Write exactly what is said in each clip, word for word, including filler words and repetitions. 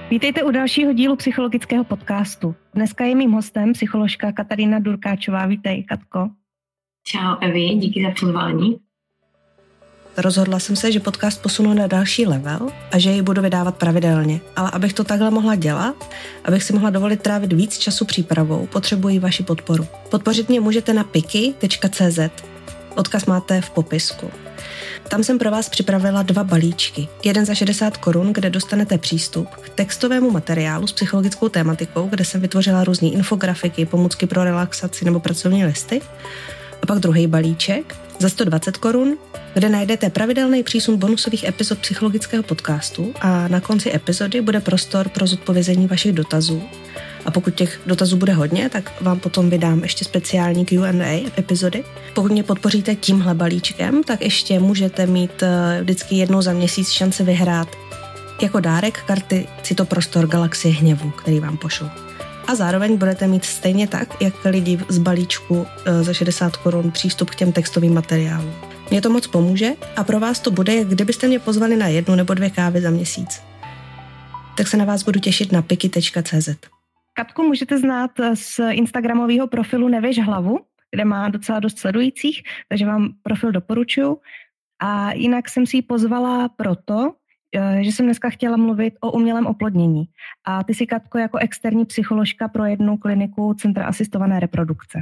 Vítejte u dalšího dílu psychologického podcastu. Dneska je mým hostem psycholožka Katarína Durkáčová. Vítej, Katko. Čau, Evi, díky za pozvání. Rozhodla jsem se, že podcast posunu na další level a že ji budu vydávat pravidelně. Ale abych to takhle mohla dělat, abych si mohla dovolit trávit víc času přípravou, potřebuji vaši podporu. Podpořit mě můžete na piky tečka cé zet. Odkaz máte v popisku. Tam jsem pro vás připravila dva balíčky. Jeden za šedesát korun, kde dostanete přístup k textovému materiálu s psychologickou tématikou, kde jsem vytvořila různé infografiky, pomůcky pro relaxaci nebo pracovní listy. A pak druhý balíček za sto dvacet korun, kde najdete pravidelný přísun bonusových epizod psychologického podcastu a na konci epizody bude prostor pro zodpovězení vašich dotazů. A pokud těch dotazů bude hodně, tak vám potom vydám ještě speciální Q and A epizody. Pokud mě podpoříte tímhle balíčkem, tak ještě můžete mít vždycky jednou za měsíc šanci vyhrát jako dárek karty Citoprostor Galaxie hněvu, který vám pošlu. A zároveň budete mít stejně tak, jak lidi z balíčku za šedesát korun přístup k těm textovým materiálům. Mně to moc pomůže a pro vás to bude, jak kdybyste mě pozvali na jednu nebo dvě kávy za měsíc. Tak se na vás budu těšit na piky tečka cé zet. Katku můžete znát z instagramového profilu Nevěž hlavu, kde má docela dost sledujících, takže vám profil doporučuju. A jinak jsem si ji pozvala proto, že jsem dneska chtěla mluvit o umělém oplodnění. A ty si, Katko, jako externí psycholožka pro jednu kliniku Centra asistované reprodukce.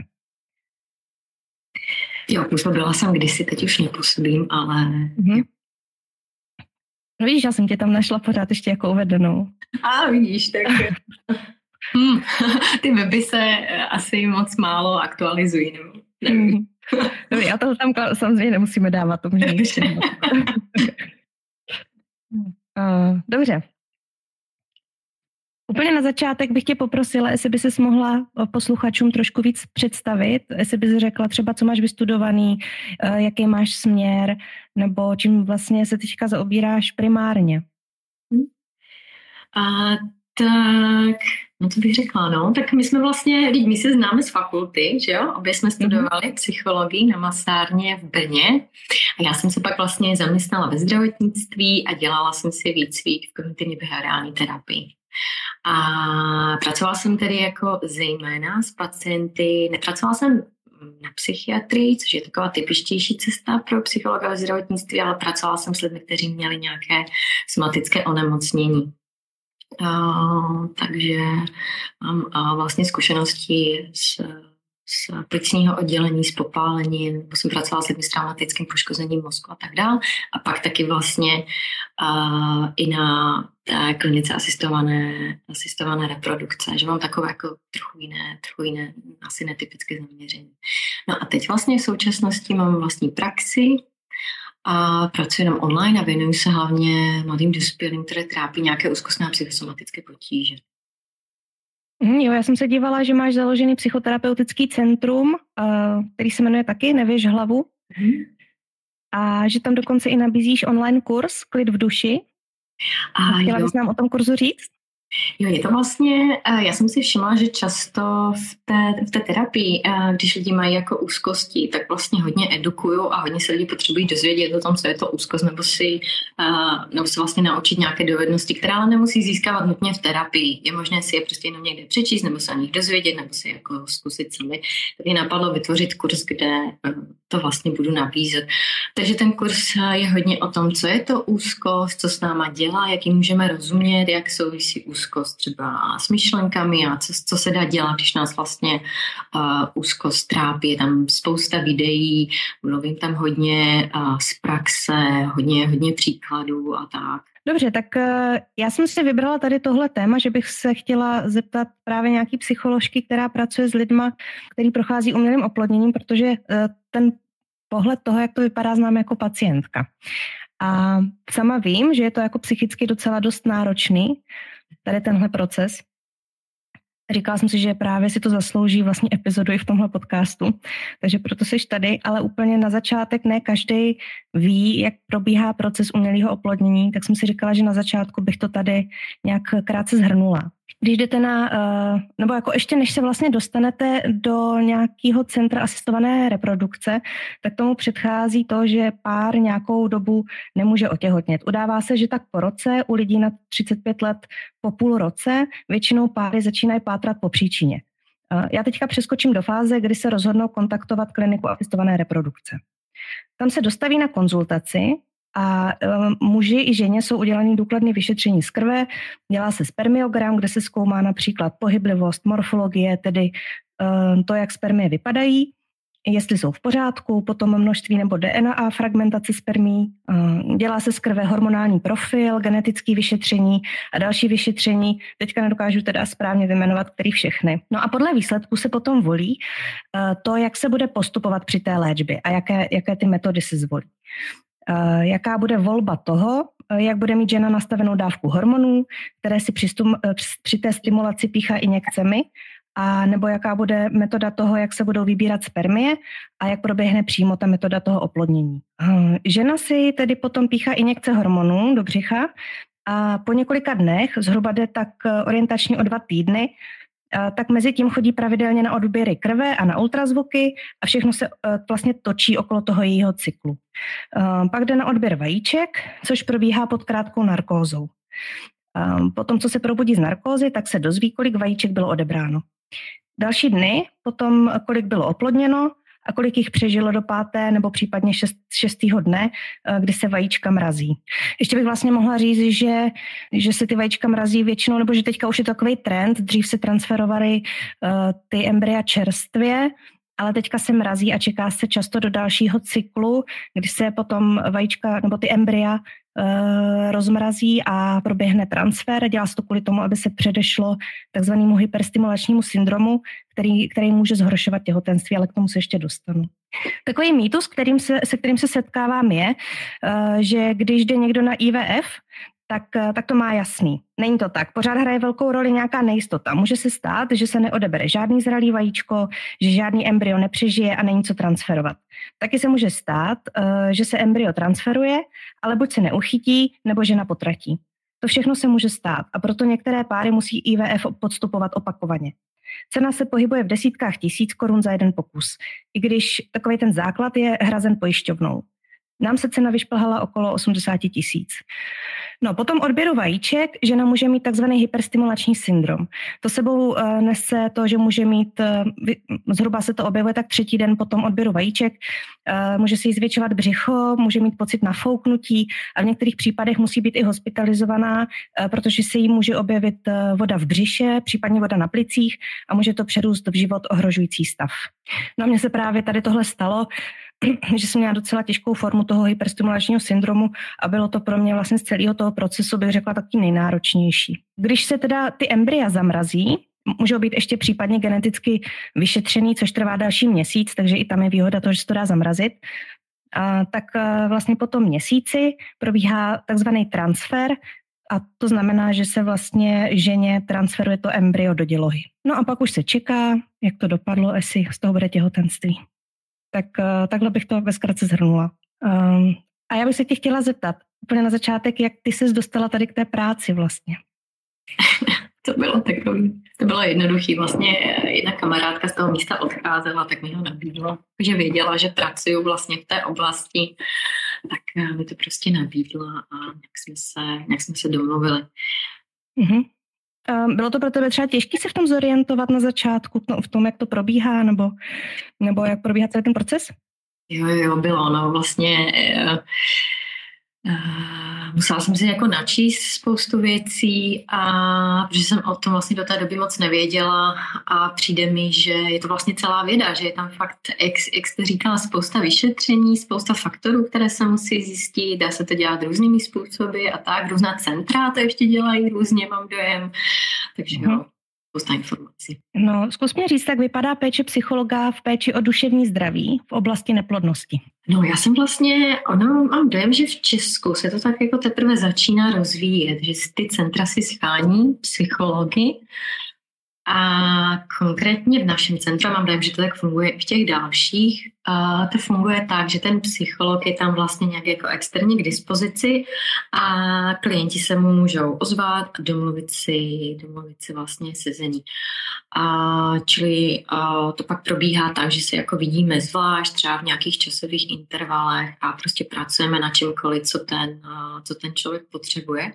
Jo, působila jsem kdysi, teď už nepůsobím, ale... Mm-hmm. No vidíš, já jsem tě tam našla pořád ještě jako uvedenou. A vidíš, tak... hmm, ty weby se asi moc málo aktualizují, nebo nevím. Mm. Dobrý, a toho tam samozřejmě nemusíme dávat, to můžeme Uh, dobře. Úplně na začátek bych tě poprosila, jestli by ses mohla posluchačům trošku víc představit, jestli bys řekla třeba, co máš vystudovaný, uh, jaký máš směr, nebo čím vlastně se teďka zaobíráš primárně. A tak, no to bych řekla, no, tak my jsme vlastně, my se známe z fakulty, že jo, obě jsme studovali mm-hmm. psychologii na masárně v Brně a já jsem se pak vlastně zaměstnala ve zdravotnictví a dělala jsem si výcvik v kognitivně behaviorální terapii. A pracovala jsem tedy jako zejména s pacienty, nepracovala jsem na psychiatrii, což je taková typičtější cesta pro psychologa ve zdravotnictví, ale pracovala jsem s lidmi, kteří měli nějaké somatické onemocnění. Uh, takže mám uh, vlastně zkušenosti z, z plicního oddělení, z popálení, nebo jsem pracovala s lidmi s traumatickým poškozením mozku a tak dále. A pak taky vlastně uh, i na té klinice asistované, asistované reprodukce, že mám takové jako trochu jiné, trochu jiné, asi netypické zaměření. No a teď vlastně v současnosti mám vlastní praxi, a pracuji jenom online a věnuju se hlavně mladým dospělým, které trápí nějaké úzkostné psychosomatické potíže. Mm, jo, já jsem se dívala, že máš založený psychoterapeutický centrum, uh, který se jmenuje taky Nevěž hlavu. Mm. A že tam dokonce i nabízíš online kurz Klid v duši. A chtěla bys nám o tom kurzu říct? Jo, je to vlastně, já jsem si všimla, že často v té, v té terapii, když lidi mají jako úzkosti, tak vlastně hodně edukuju a hodně se lidi potřebují dozvědět o tom, co je to úzkost, nebo si, nebo se vlastně naučit nějaké dovednosti, které ale nemusí získávat nutně v terapii. Je možné si je prostě jenom někde přečíst, nebo se o nich dozvědět, nebo si jako zkusit sami. Tak mě napadlo vytvořit kurz, kde to vlastně budu nabízet. Takže ten kurz je hodně o tom, co je to úzkost, co s náma dělá, jak ji můžeme rozumět, jak souvisí úzkost třeba s myšlenkami a co, co se dá dělat, když nás vlastně uh, úzkost trápí. Je tam spousta videí, mluvím tam hodně uh, z praxe, hodně, hodně příkladů a tak. Dobře, tak uh, já jsem si vybrala tady tohle téma, že bych se chtěla zeptat právě nějaký psycholožky, která pracuje s lidma, který prochází umělým oplodněním, protože uh, ten pohled toho, jak to vypadá, znám jako pacientka. A sama vím, že je to jako psychicky docela dost náročný, tady tenhle proces. Říkala jsem si, že právě si to zaslouží vlastně epizodu i v tomhle podcastu, takže proto jsi tady, ale úplně na začátek ne každý ví, jak probíhá proces umělého oplodnění, tak jsem si říkala, že na začátku bych to tady nějak krátce shrnula. Když jdete na, nebo jako ještě než se vlastně dostanete do nějakého centra asistované reprodukce, tak tomu předchází to, že pár nějakou dobu nemůže otěhotnět. Udává se, že tak po roce, u lidí nad třicet pět let po půl roce, většinou páry začínají pátrat po příčině. Já teďka přeskočím do fáze, kdy se rozhodnou kontaktovat kliniku asistované reprodukce. Tam se dostaví na konzultaci a um, muži i ženě jsou udělaný důkladné vyšetření z krve, dělá se spermiogram, kde se zkoumá například pohyblivost, morfologie, tedy um, to, jak spermie vypadají, jestli jsou v pořádku, potom množství nebo D N A fragmentace spermí, um, dělá se z krve hormonální profil, genetické vyšetření a další vyšetření. Teďka nedokážu teda správně vyjmenovat, který všechny. No a podle výsledku se potom volí uh, to, jak se bude postupovat při té léčbě a jaké, jaké ty metody se zvolí. Uh, jaká bude volba toho, uh, jak bude mít žena nastavenou dávku hormonů, které si při, stum, uh, při té stimulaci píchá injekcemi, a nebo jaká bude metoda toho, jak se budou vybírat spermie a jak proběhne přímo ta metoda toho oplodnění. Uh, žena si tedy potom píchá injekce hormonů do břicha a po několika dnech, zhruba jde tak orientačně o dva týdny, tak mezi tím chodí pravidelně na odběry krve a na ultrazvuky a všechno se vlastně točí okolo toho jejího cyklu. Pak jde na odběr vajíček, což probíhá pod krátkou narkózou. Potom, co se probudí z narkózy, tak se dozví, kolik vajíček bylo odebráno. Další dny potom, kolik bylo oplodněno a kolik jich přežilo do páté nebo případně šest, šestého dne, kdy se vajíčka mrazí. Ještě bych vlastně mohla říct, že, že se ty vajíčka mrazí většinou, nebo že teďka už je takový trend, dřív se transferovaly uh, ty embrya čerstvě, ale teďka se mrazí a čeká se často do dalšího cyklu, kdy se potom vajíčka nebo ty embrya uh, rozmrazí a proběhne transfer. Dělá se to kvůli tomu, aby se předešlo takzvanému hyperstimulačnímu syndromu, který, který může zhoršovat těhotenství, ale k tomu se ještě dostanu. Takový mýtus, kterým se, se kterým se setkávám, je, uh, že když jde někdo na I V F, tak, tak to má jasný. Není to tak. Pořád hraje velkou roli nějaká nejistota. Může se stát, že se neodebere žádný zralý vajíčko, že žádný embryo nepřežije a není co transferovat. Taky se může stát, že se embryo transferuje, ale buď se neuchytí, nebo žena potratí. To všechno se může stát a proto některé páry musí I V F podstupovat opakovaně. Cena se pohybuje v desítkách tisíc korun za jeden pokus, i když takový ten základ je hrazen pojišťovnou. Nám se cena vyšplhala okolo osmdesát tisíc. No, po tom odběru vajíček žena může mít takzvaný hyperstimulační syndrom. To sebou uh, nese to, že může mít, uh, zhruba se to objevuje tak třetí den po tom odběru vajíček, uh, může se jí zvětšovat břicho, může mít pocit nafouknutí a v některých případech musí být i hospitalizovaná, uh, protože se jí může objevit uh, voda v břiše, případně voda na plicích a může to přerůst v život ohrožující stav. No a mně se právě tady tohle stalo, že jsem měla docela těžkou formu toho hyperstimulačního syndromu a bylo to pro mě vlastně z celého toho procesu, bych řekla, taky nejnáročnější. Když se teda ty embrya zamrazí, můžou být ještě případně geneticky vyšetřený, což trvá další měsíc, takže i tam je výhoda toho, že se to dá zamrazit, a tak vlastně po tom měsíci probíhá takzvaný transfer a to znamená, že se vlastně ženě transferuje to embryo do dělohy. No a pak už se čeká, jak to dopadlo, jestli z toho bude těhotenství. Tak takhle bych to ve zkratce shrnula. Um, a já bych se tě chtěla zeptat úplně na začátek, jak ty ses dostala tady k té práci vlastně. To bylo takový, to bylo jednoduchý. Vlastně jedna kamarádka z toho místa odcházela, tak mi ho nabídla, že věděla, že pracuju vlastně v té oblasti, tak mi to prostě nabídla a jak jsme se, jak jsme se domluvili. Uh-huh. Bylo to pro tebe třeba těžké se v tom zorientovat na začátku, v tom, jak to probíhá, nebo, nebo jak probíhá celý ten proces? Jo, jo, bylo, no vlastně uh, uh, musela jsem si jako načíst spoustu věcí a protože jsem o tom vlastně do té doby moc nevěděla a přijde mi, že je to vlastně celá věda, že je tam fakt, jak, jak jste říkala, spousta vyšetření, spousta faktorů, které se musí zjistit, dá se to dělat různými způsoby a tak, různá centra to ještě dělají různě, mám dojem, takže jo. Hmm. Spousta informací. No, zkus mě říct, jak vypadá péče psychologa v péči o duševní zdraví v oblasti neplodnosti. No, já jsem vlastně, ono, mám dojem, že v Česku se to tak jako teprve začíná rozvíjet, že ty centra si schání psychologi A konkrétně v našem centru, mám dojem, že to tak funguje i v těch dalších, uh, to funguje tak, že ten psycholog je tam vlastně nějak jako externě k dispozici a klienti se mu můžou ozvat a domluvit si, domluvit si vlastně sezení. Uh, čili uh, to pak probíhá tak, že se jako vidíme zvlášť třeba v nějakých časových intervalech a prostě pracujeme na čemkoliv, co ten, uh, co ten člověk potřebuje.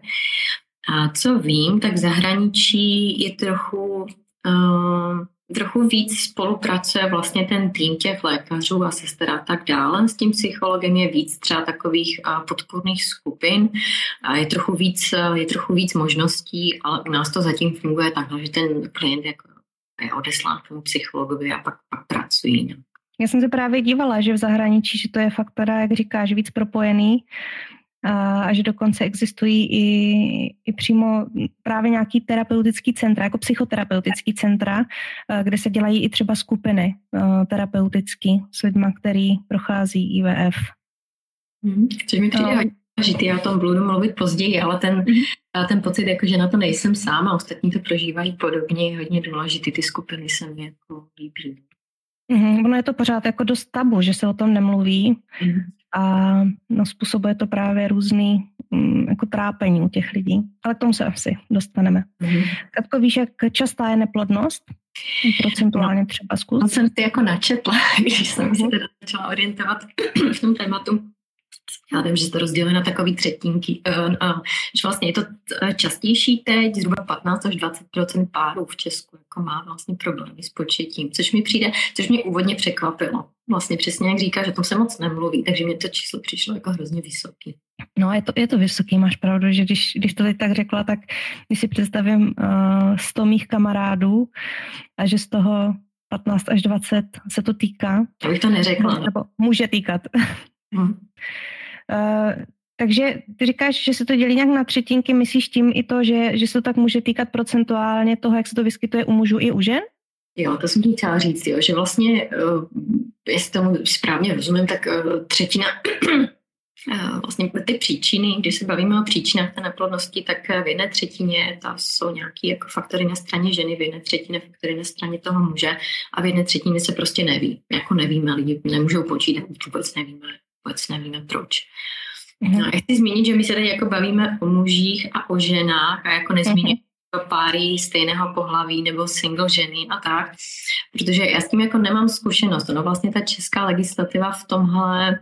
A co vím, tak v zahraničí je trochu, uh, trochu víc spolupracuje vlastně ten tým těch lékařů a sester a tak dále. S tím psychologem je víc třeba takových uh, podpůrných skupin. A je trochu víc, uh, je trochu víc možností, ale u nás to zatím funguje takhle, že ten klient jako je odeslán k tomu psychologovi a pak, pak pracují. No. Já jsem se právě dívala, že v zahraničí, že to je fakt teda, jak říkáš, víc propojený. A že dokonce existují i, i přímo právě nějaký terapeutický centra, jako psychoterapeutický centra, kde se dělají i třeba skupiny terapeutický s lidma, který prochází I V F. Hmm, což mi přijde hodně důležitý, já o tom budu mluvit později, ale ten, mm-hmm. ten pocit, jako, že na to nejsem sám a ostatní to prožívají podobně, je hodně důležitý. Ty skupiny se mi jako líbí. Mm-hmm, ono je to pořád jako dost tabu, že se o tom nemluví. Mm-hmm. A no, způsobuje to právě různý um, jako trápení u těch lidí. Ale k tomu se asi dostaneme. Mm-hmm. Katko, víš, jak častá je neplodnost? Procentuálně třeba zkus. No, jsem si jako načetla, když jsem mm-hmm. se teda začala orientovat v tom tématu. Já vím, že se to rozděluje na takový třetínky. Že vlastně je to častější teď, zhruba patnáct až dvacet procent párů v Česku jako má vlastně problémy s početím, což mi přijde, což mě úvodně překvapilo. Vlastně přesně jak říká, že o tom se moc nemluví, takže mě to číslo přišlo jako hrozně vysoký. No je to, je to vysoký, máš pravdu, že když, když to teď tak řekla, tak když si představím uh, sto mých kamarádů a že z toho patnáct až dvacet se to týká. Já bych to neřekla. Nebo může týkat. Hmm. Uh, takže ty říkáš, že se to dělí nějak na třetinky, myslíš tím i to, že, že se to tak může týkat procentuálně toho, jak se to vyskytuje u mužů i u žen? Jo, to jsem ti chtěla říct, jo, že vlastně, uh, jestli tomu správně rozumím, tak uh, třetina, uh, vlastně ty příčiny, když se bavíme o příčinách té neplodnosti, tak v jedné třetině to jsou nějaké jako faktory na straně ženy, v jedné třetině faktory na straně toho muže a v jedné třetině se prostě neví. Jako nevíme, lidi nemůžou počítat, vůbec nevíme. Vůbec nevíme proč. No, já chci zmínit, že my se tady jako bavíme o mužích a o ženách a jako nezmíníme uh-huh. páry stejného pohlaví nebo single ženy a tak, protože já s tím jako nemám zkušenost. No vlastně ta česká legislativa v tomhle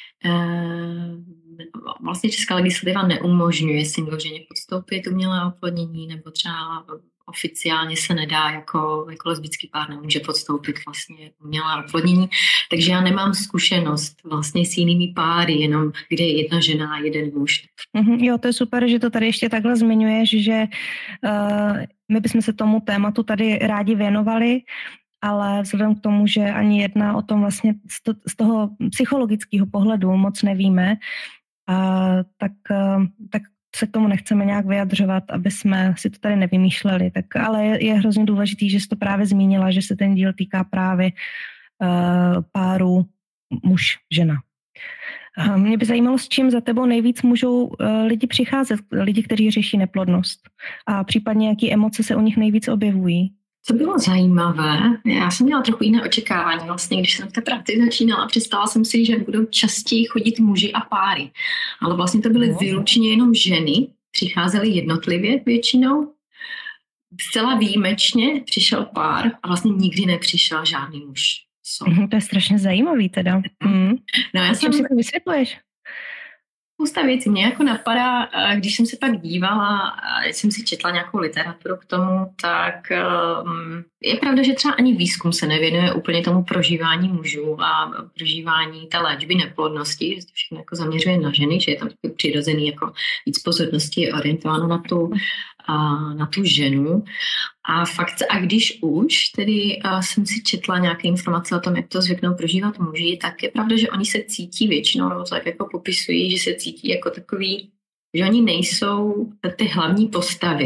eh, vlastně česká legislativa neumožňuje single ženě podstoupit umělé oplodnění nebo třeba oficiálně se nedá, jako, jako lesbický pár nemůže podstoupit vlastně umělé oplodnění. Takže já nemám zkušenost vlastně s jinými páry, jenom kde je jedna žena a jeden muž. Mm-hmm, jo, to je super, že to tady ještě takhle zmiňuješ, že uh, my bychom se tomu tématu tady rádi věnovali, ale vzhledem k tomu, že ani jedna o tom vlastně z, to, z toho psychologického pohledu moc nevíme, uh, tak, uh, tak se k tomu nechceme nějak vyjadřovat, aby jsme si to tady nevymýšleli. Tak, ale je, je hrozně důležitý, že jsi to právě zmínila, že se ten díl týká právě uh, páru muž-žena. Uh, mě by zajímalo, s čím za tebou nejvíc můžou uh, lidi přicházet, lidi, kteří řeší neplodnost a případně jaký emoce se u nich nejvíc objevují. Co bylo zajímavé, já jsem měla trochu jiné očekávání vlastně, když jsem v té práci začínala, představila jsem si, že budou častěji chodit muži a páry, ale vlastně to byly výlučně jenom ženy, přicházely jednotlivě většinou, zcela výjimečně přišel pár a vlastně nikdy nepřišel žádný muž. So. To je strašně zajímavý teda. Mm. No, já jsem si to vysvětluješ? Spousta věcí mě jako napadá, když jsem se pak dívala, když jsem si četla nějakou literaturu k tomu, tak je pravda, že třeba ani výzkum se nevěnuje úplně tomu prožívání mužů a prožívání té léčby neplodnosti, že to všechno jako zaměřuje na ženy, že je tam přirozený jako víc pozornosti je orientováno na tu, na tu ženu. A fakt, a když už tedy uh, jsem si četla nějaké informace o tom, jak to zvyknou prožívat muži, tak je pravda, že oni se cítí většinou, nebo tak jako popisují, že se cítí jako takový, že oni nejsou ty hlavní postavy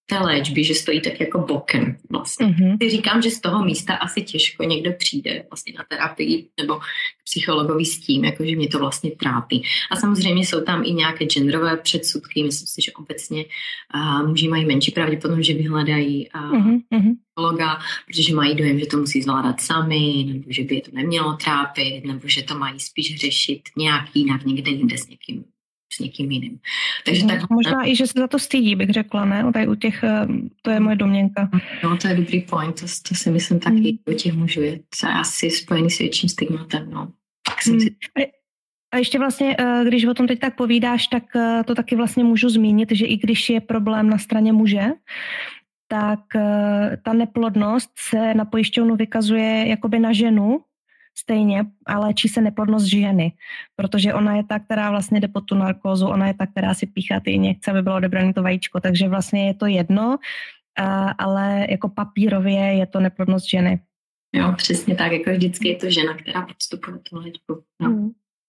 té léčby, že stojí tak jako bokem vlastně. Mm-hmm. Ty říkám, že z toho místa asi těžko někdo přijde vlastně na terapii nebo psychologovi s tím, jako že mě to vlastně trápí. A samozřejmě jsou tam i nějaké genderové předsudky, myslím si, že obecně uh, muži mají menší pravděpodobnost, že vyhledají uh, mm-hmm. psychologa, protože mají dojem, že to musí zvládat sami, nebo že by je to nemělo trápit, nebo že to mají spíš řešit nějak jinak někde jinde s někým. s někým jiným. Takže tak, možná ne? I, že se za to stydí, bych řekla, ne? Tady u těch, to je moje domněnka. No, to je dobrý point, to, to si myslím taky mm. u těch mužů je to je asi spojený s větším stigmatem, no. Tak jsem mm. si... A ještě vlastně, když o tom teď tak povídáš, tak to taky vlastně můžu zmínit, že i když je problém na straně muže, tak ta neplodnost se na pojišťovnu vykazuje jakoby na ženu, stejně, ale léčí se neplodnost ženy, protože ona je ta, která vlastně jde pod tu narkózu, ona je ta, která si píchá ty injekce, aby bylo odebrané to vajíčko, takže vlastně je to jedno, ale jako papírově je to neplodnost ženy. Jo, přesně tak, jako vždycky je to žena, která podstupuje tu léčbu. No. Hmm.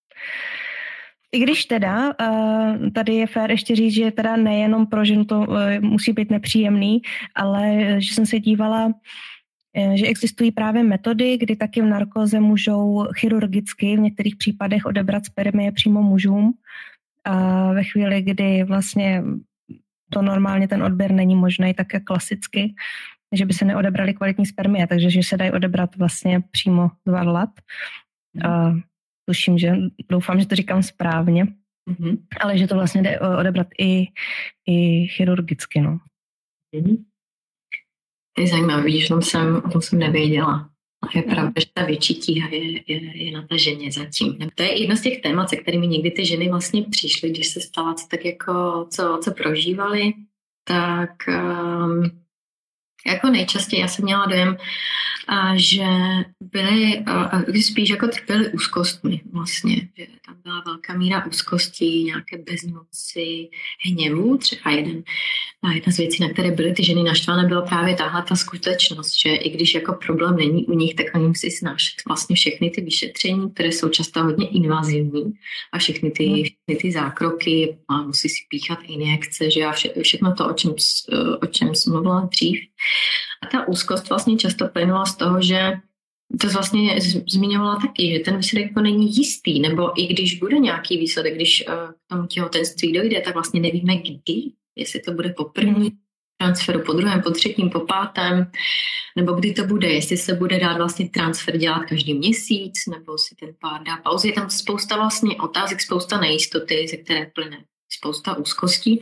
I když teda, tady je fér ještě říct, že teda nejenom pro ženu to musí být nepříjemný, ale že jsem se dívala, že existují právě metody, kdy taky v narkóze můžou chirurgicky v některých případech odebrat spermie přímo mužům a ve chvíli, kdy vlastně to normálně ten odběr není možný, tak jak klasicky, že by se neodebrali kvalitní spermie, takže že se dají odebrat vlastně přímo z varlat. A tuším, že doufám, že to říkám správně, mm-hmm. ale že to vlastně jde odebrat i, i chirurgicky, no. Mm-hmm. To je zajímavé, že o tom jsem, o tom jsem nevěděla. A je pravda, že ta větší tíha je, je, je na té ženě zatím. To je jedno z těch témat, se kterými někdy ty ženy vlastně přišly, když se stala co tak jako, co, co prožívali, tak um, jako nejčastěji já jsem měla dojem, a že byly, a spíš jako trpěly úzkostmi vlastně, že tam byla velká míra úzkosti, nějaké bezmoci, hněvu, třeba jeden, a jedna z věcí, na které byly ty ženy naštvané, byla právě tahle ta skutečnost, že i když jako problém není u nich, tak oni musí snášet vlastně všechny ty vyšetření, které jsou často hodně invazivní a všechny ty, všechny ty zákroky a musí si píchat injekce, že a vše, všechno to, o čem, o čem jsem mluvila dřív. A ta úzkost vlastně často plynula z toho, že to vlastně zmiňovala taky, že ten výsledek to není jistý, nebo i když bude nějaký výsledek, když k tomu těhotenství dojde, tak vlastně nevíme kdy, jestli to bude po první transferu, po druhém, po třetím, po pátém, nebo kdy to bude, jestli se bude dát vlastně transfer dělat každý měsíc, nebo si ten pár dá pauzy. Je tam spousta vlastně otázek, spousta nejistoty, ze které plyne spousta úzkostí.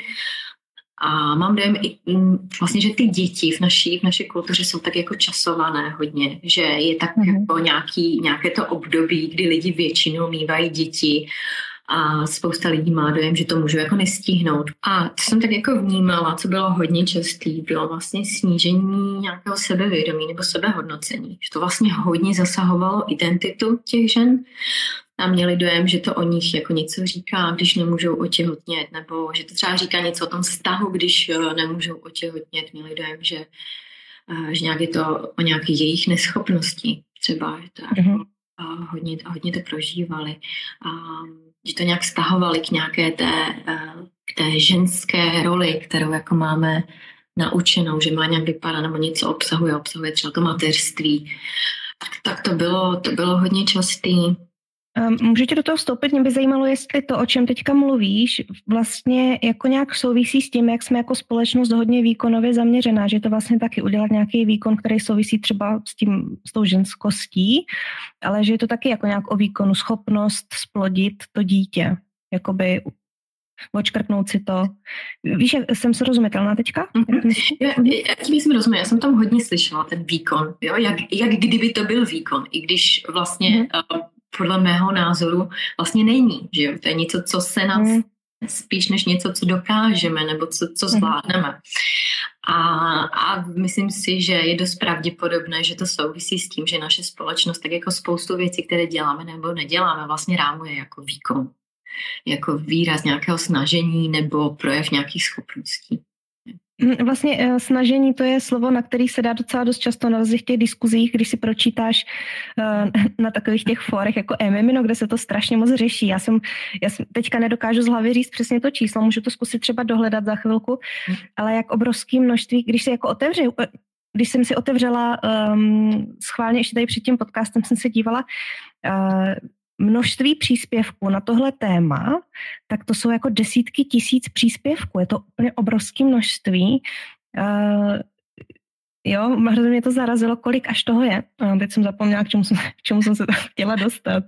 A mám dojem i vlastně, že ty děti v naší, v naší kultuře jsou tak jako časované hodně, že je tak mm-hmm. jako nějaký, nějaké to období, kdy lidi většinou mívají děti a spousta lidí má dojem, že to můžou jako nestihnout. A co jsem tak jako vnímala, co bylo hodně častý, bylo vlastně snížení nějakého sebevědomí nebo sebehodnocení. Že to vlastně hodně zasahovalo identitu těch žen a měli dojem, že to o nich jako něco říká, když nemůžou otěhotnět, nebo že to třeba říká něco o tom vztahu, když nemůžou otěhotnět. Měli dojem, že, že nějak je to o nějaké jejich neschopnosti. Třeba, že to mm-hmm. jako, a hodně, a hodně to prožívali. A že to nějak stahovali k nějaké té, k té ženské roli, kterou jako máme naučenou, že má nějak vypadat nebo něco obsahuje, obsahuje třeba to mateřství. Tak, tak to bylo, to bylo hodně častý. Můžete do toho vstoupit? Mě by zajímalo, jestli to, o čem teďka mluvíš, vlastně jako nějak souvisí s tím, jak jsme jako společnost hodně výkonově zaměřená, že to vlastně taky udělat nějaký výkon, který souvisí třeba s tím, s tou ženskostí, ale že je to taky jako nějak o výkonu, schopnost splodit to dítě, jakoby odškrtnout si to. Víš, jak jsem srozumitelná teďka? Mm-hmm. Já, já tím jsem rozuměla, já jsem tam hodně slyšela ten výkon, jo? Jak, jak kdyby to byl výkon, i když vlastně mm-hmm. uh, podle mého názoru vlastně není, že jo? To je něco, co se nás mm. spíš než něco, co dokážeme nebo co, co zvládneme. A, a myslím si, že je dost pravděpodobné, že to souvisí s tím, že naše společnost tak jako spoustu věcí, které děláme nebo neděláme, vlastně rámuje jako výkon. Jako výraz nějakého snažení nebo projev nějakých schopností. Vlastně snažení, to je slovo, na který se dá docela dost často narazit v těch diskuzích, když si pročítáš na takových těch fórech jako Emimino, kde se to strašně moc řeší. Já jsem, já jsem teďka nedokážu z hlavy říct přesně to číslo, můžu to zkusit třeba dohledat za chvilku, ale jak obrovské množství, když se jako otevře, když jsem si otevřela um, schválně ještě tady před tím podcastem, jsem se dívala uh, množství příspěvků na tohle téma, tak to jsou jako desítky tisíc příspěvků. Je to úplně obrovské množství. Uh, jo, hrozně mě to zarazilo, kolik až toho je. Uh, teď jsem zapomněla, k čemu jsem, k čemu jsem se tam chtěla dostat.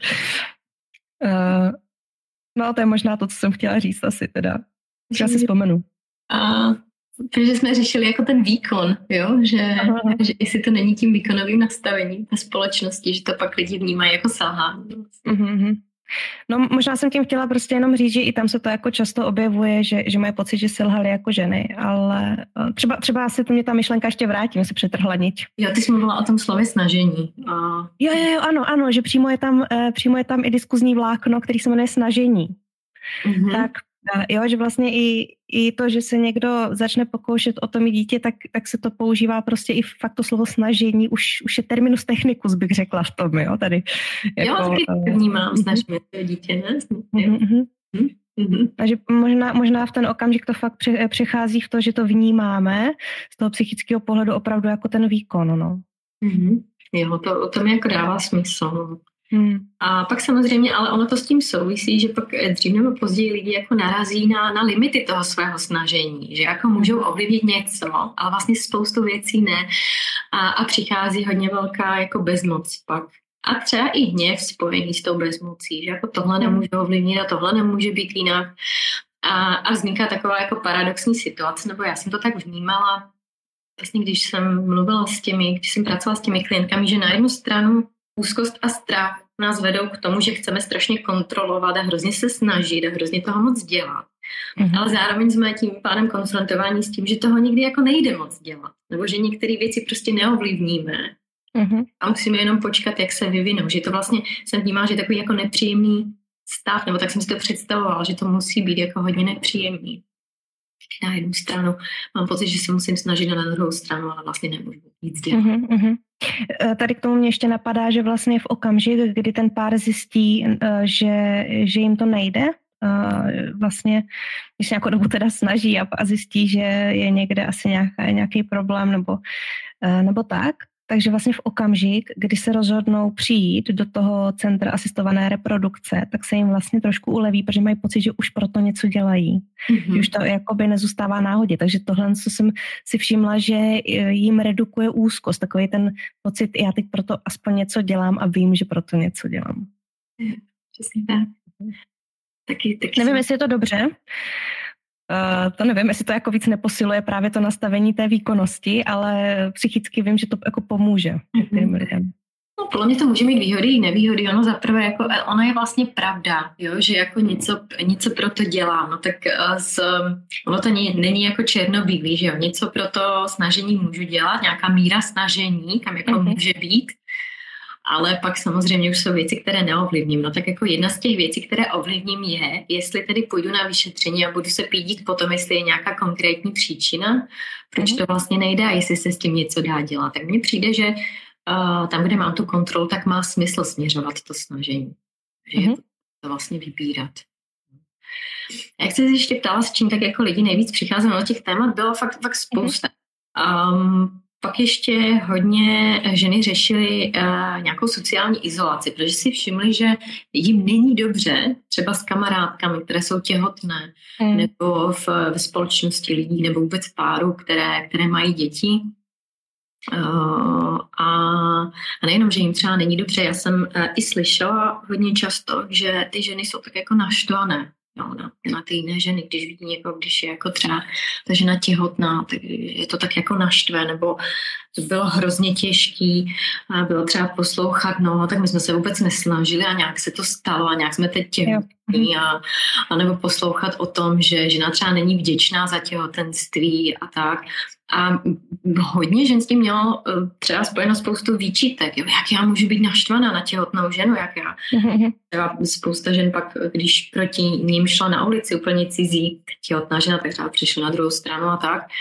Uh, no, to je možná to, co jsem chtěla říct asi teda. Já si vzpomenu. A protože jsme řešili jako ten výkon, jo? Že, že jestli to není tím výkonovým nastavením té společnosti, že to pak lidi vnímají jako selhání. Mm-hmm. No možná jsem tím chtěla prostě jenom říct, že i tam se to jako často objevuje, že, že mají pocit, že selhali jako ženy, ale třeba, třeba asi to mě ta myšlenka ještě vrátí, mě se přetrhla niť. Jo, ty jsi mluvila o tom slově snažení. A... Jo, jo, jo, ano, ano, že přímo je tam, přímo je tam i diskuzní vlákno, který se jmenuje snažení. Mm-hmm. Tak jo, že vlastně i, i to, že se někdo začne pokoušet o to mít dítě, tak, tak se to používá prostě i fakt to slovo snažení, už, už je terminus technicus, bych řekla v tom, jo, tady. Jako, jo, taky vnímám, snažíme to dítě, ne? Mm-hmm. Mm-hmm. Takže možná, možná v ten okamžik to fakt přechází v to, že to vnímáme z toho psychického pohledu opravdu jako ten výkon, no. Mm-hmm. Jo, to, to mi jako dává smysl, no. Hmm. A pak samozřejmě, ale ono to s tím souvisí, že pak dřív nebo později lidi jako narazí na, na limity toho svého snažení, že jako můžou ovlivnit něco, ale vlastně spoustu věcí ne a, a přichází hodně velká jako bezmoc pak. A třeba i hněv spojený s tou bezmocí, že jako tohle nemůže ovlivnit a tohle nemůže být jinak. A, a vzniká taková jako paradoxní situace, nebo já jsem to tak vnímala, vlastně když jsem mluvila s těmi, když jsem pracovala s těmi klientkami, že na jednu stranu úzkost a strach nás vedou k tomu, že chceme strašně kontrolovat a hrozně se snažit a hrozně toho moc dělat. Mm-hmm. Ale zároveň jsme tím pádem konfrontováni s tím, že toho nikdy jako nejde moc dělat. Nebo že některé věci prostě neovlivníme. Mm-hmm. A musíme jenom počkat, jak se vyvinou. Že to vlastně jsem vnímala, že je takový jako nepříjemný stav, nebo tak jsem si to představovala, že to musí být jako hodně nepříjemný. Na jednu stranu mám pocit, že se musím snažit, a na druhou stranu, ale vlastně nemůžu nic dělat. Mm-hmm. Tady k tomu mě ještě napadá, že vlastně v okamžik, kdy ten pár zjistí, že, že jim to nejde, vlastně, když nějakou dobu teda snaží a, a zjistí, že je někde asi nějaká, nějaký problém nebo, nebo tak, takže vlastně v okamžik, kdy se rozhodnou přijít do toho centra asistované reprodukce, tak se jim vlastně trošku uleví, protože mají pocit, že už proto něco dělají. Mm-hmm. Že už to jakoby nezůstává náhodě. Takže tohle, co jsem si všimla, že jim redukuje úzkost. Takový ten pocit, já teď proto aspoň něco dělám a vím, že proto něco dělám. Přesně tak. Taky, taky Nevím, jsem... jestli je to dobře. Uh, to nevím, jestli to jako víc neposiluje právě to nastavení té výkonnosti, ale psychicky vím, že to jako pomůže některým lidem. No, podle mě to může mít výhody i nevýhody. Ono zaprvé, jako, ono je vlastně pravda, jo, že jako něco, něco pro to dělám. No tak z, ono to není, není jako černobílý, že jo. Něco pro to snažení můžu dělat, nějaká míra snažení, kam jako mm-hmm. může být. Ale pak samozřejmě už jsou věci, které neovlivním. No tak jako jedna z těch věcí, které ovlivním je, jestli tedy půjdu na vyšetření a budu se pídit potom, jestli je nějaká konkrétní příčina, proč to vlastně nejde a jestli se s tím něco dá dělat. Tak mně přijde, že uh, tam, kde mám tu kontrolu, tak má smysl směřovat to snažení. Že mm-hmm. je to, to vlastně vybírat. A jak se ještě ptala, s čím tak jako lidi nejvíc přicházeli, no těch témat bylo fakt, fakt spousta. Um, Pak ještě hodně ženy řešily uh, nějakou sociální izolaci, protože si všimly, že jim není dobře, třeba s kamarádkami, které jsou těhotné, mm. nebo v, v společnosti lidí, nebo vůbec páru, které, které mají děti. Uh, a, a nejenom, že jim třeba není dobře, já jsem uh, i slyšela hodně často, že ty ženy jsou tak jako naštvané. No, na, na ty jiné ženy, když vidí někoho, když je jako třeba ta žena těhotná, tak je to tak jako naštve, nebo to bylo hrozně těžký, a bylo třeba poslouchat, no, tak my jsme se vůbec nesnažili a nějak se to stalo a nějak jsme teď těhotní a, a nebo poslouchat o tom, že žena třeba není vděčná za těhotenství a tak. A hodně žen s tím mělo třeba spojeno spoustu výčitek, jo, jak já můžu být naštvaná na těhotnou ženu, jak já. Třeba spousta žen pak, když proti ním šla na ulici úplně cizí těhotná žena, tak třeba přišla na druhou stranu a tak.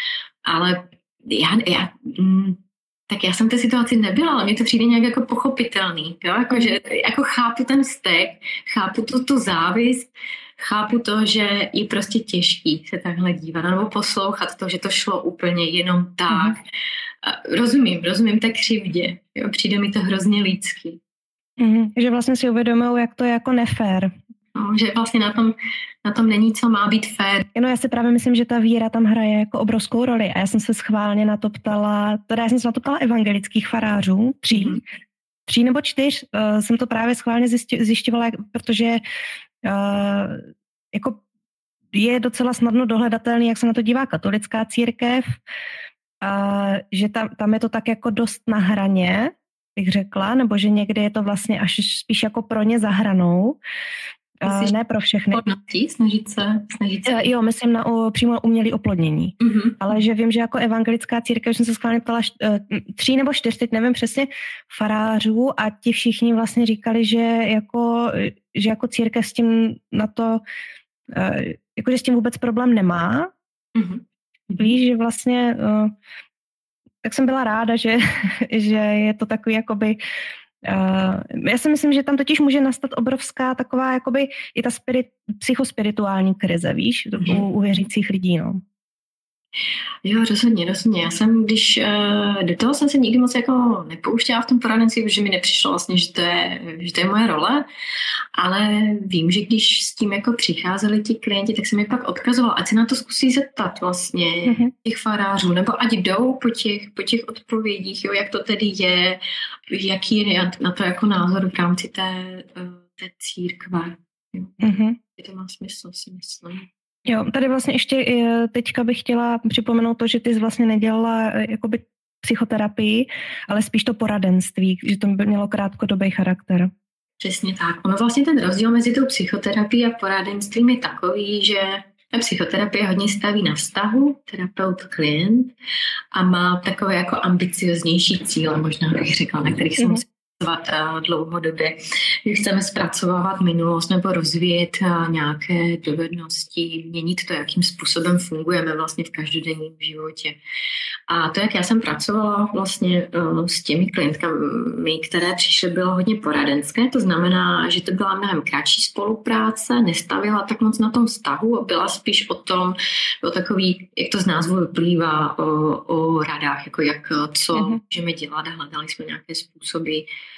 ale já, já mm, tak já jsem v té situaci nebyla, ale mně to přijde nějak jako pochopitelný, jo? Jako, že, jako chápu ten vztek, chápu tu, tu závist, chápu to, že je prostě těžký se takhle dívat, nebo poslouchat to, že to šlo úplně jenom tak. Mm-hmm. Rozumím, rozumím té křivdě, jo? Přijde mi to hrozně lidský. Mm-hmm. Že vlastně si uvědomují, jak to je jako nefér. No, že vlastně na tom, na tom není, co má být fér. No, já si právě myslím, že ta víra tam hraje jako obrovskou roli a já jsem se schválně na to ptala, teda já jsem se na to ptala evangelických farářů, tří, mm. tří nebo čtyř, uh, jsem to právě schválně zjišť, zjišťovala, protože uh, jako je docela snadno dohledatelný, jak se na to dívá katolická církev, uh, že tam, tam je to tak jako dost na hraně, bych řekla, nebo že někdy je to vlastně až spíš jako pro ně za hranou. Uh, ne pro všechny. Hodnotí, snažit se, snažit se. Uh, jo, myslím na uh, přímo umělé oplodnění. Uh-huh. Ale že vím, že jako evangelická církev, jsem se schválně ptala uh, tří nebo čtyř, teď nevím přesně, farářů a ti všichni vlastně říkali, že jako, že jako církev s tím na to, uh, jako že s tím vůbec problém nemá. Uh-huh. Víš, že vlastně, uh, tak jsem byla ráda, že, že je to takový jakoby. Uh, já si myslím, že tam totiž může nastat obrovská taková jakoby i ta spirit, psychospirituální krize, víš, mm-hmm. u, u věřících lidí, no. Jo, rozhodně, rozhodně. Já jsem, když uh, do toho jsem se nikdy moc jako nepouštěla v tom poradenství, protože mi nepřišlo vlastně, že to je, že to je moje role, ale vím, že když s tím jako přicházeli ti klienti, tak jsem je pak odkazovala, ať se na to zkusí zeptat vlastně mm-hmm. těch farářů, nebo ať jdou po těch, po těch odpovědích, jo, jak to tedy je, jaký je na to jako názor v rámci té, té církve. Jo. Mm-hmm. To má smysl, si myslím. Jo, tady vlastně ještě teďka bych chtěla připomenout to, že ty jsi vlastně nedělala jakoby psychoterapii, ale spíš to poradenství, že to by mělo krátkodobý charakter. Přesně tak. Ono vlastně ten rozdíl mezi tou psychoterapií a poradenstvím je takový, že ta psychoterapie hodně staví na vztahu, terapeut-klient a má takové jako ambicioznější cíle, možná bych řekla, na kterých jsem musela dlouhodobě, že chceme zpracovávat minulost nebo rozvíjet nějaké dovednosti, měnit to, jakým způsobem fungujeme vlastně v každodenním životě. A to, jak já jsem pracovala vlastně s těmi klientkami, které přišly, bylo hodně poradenské, to znamená, že to byla mnohem kratší spolupráce, nestavila tak moc na tom vztahu a byla spíš o tom, o takový, jak to z názvu vyplývá, o, o radách, jako jak, co mm-hmm. můžeme dělat a hledali jsme nějaké způsoby,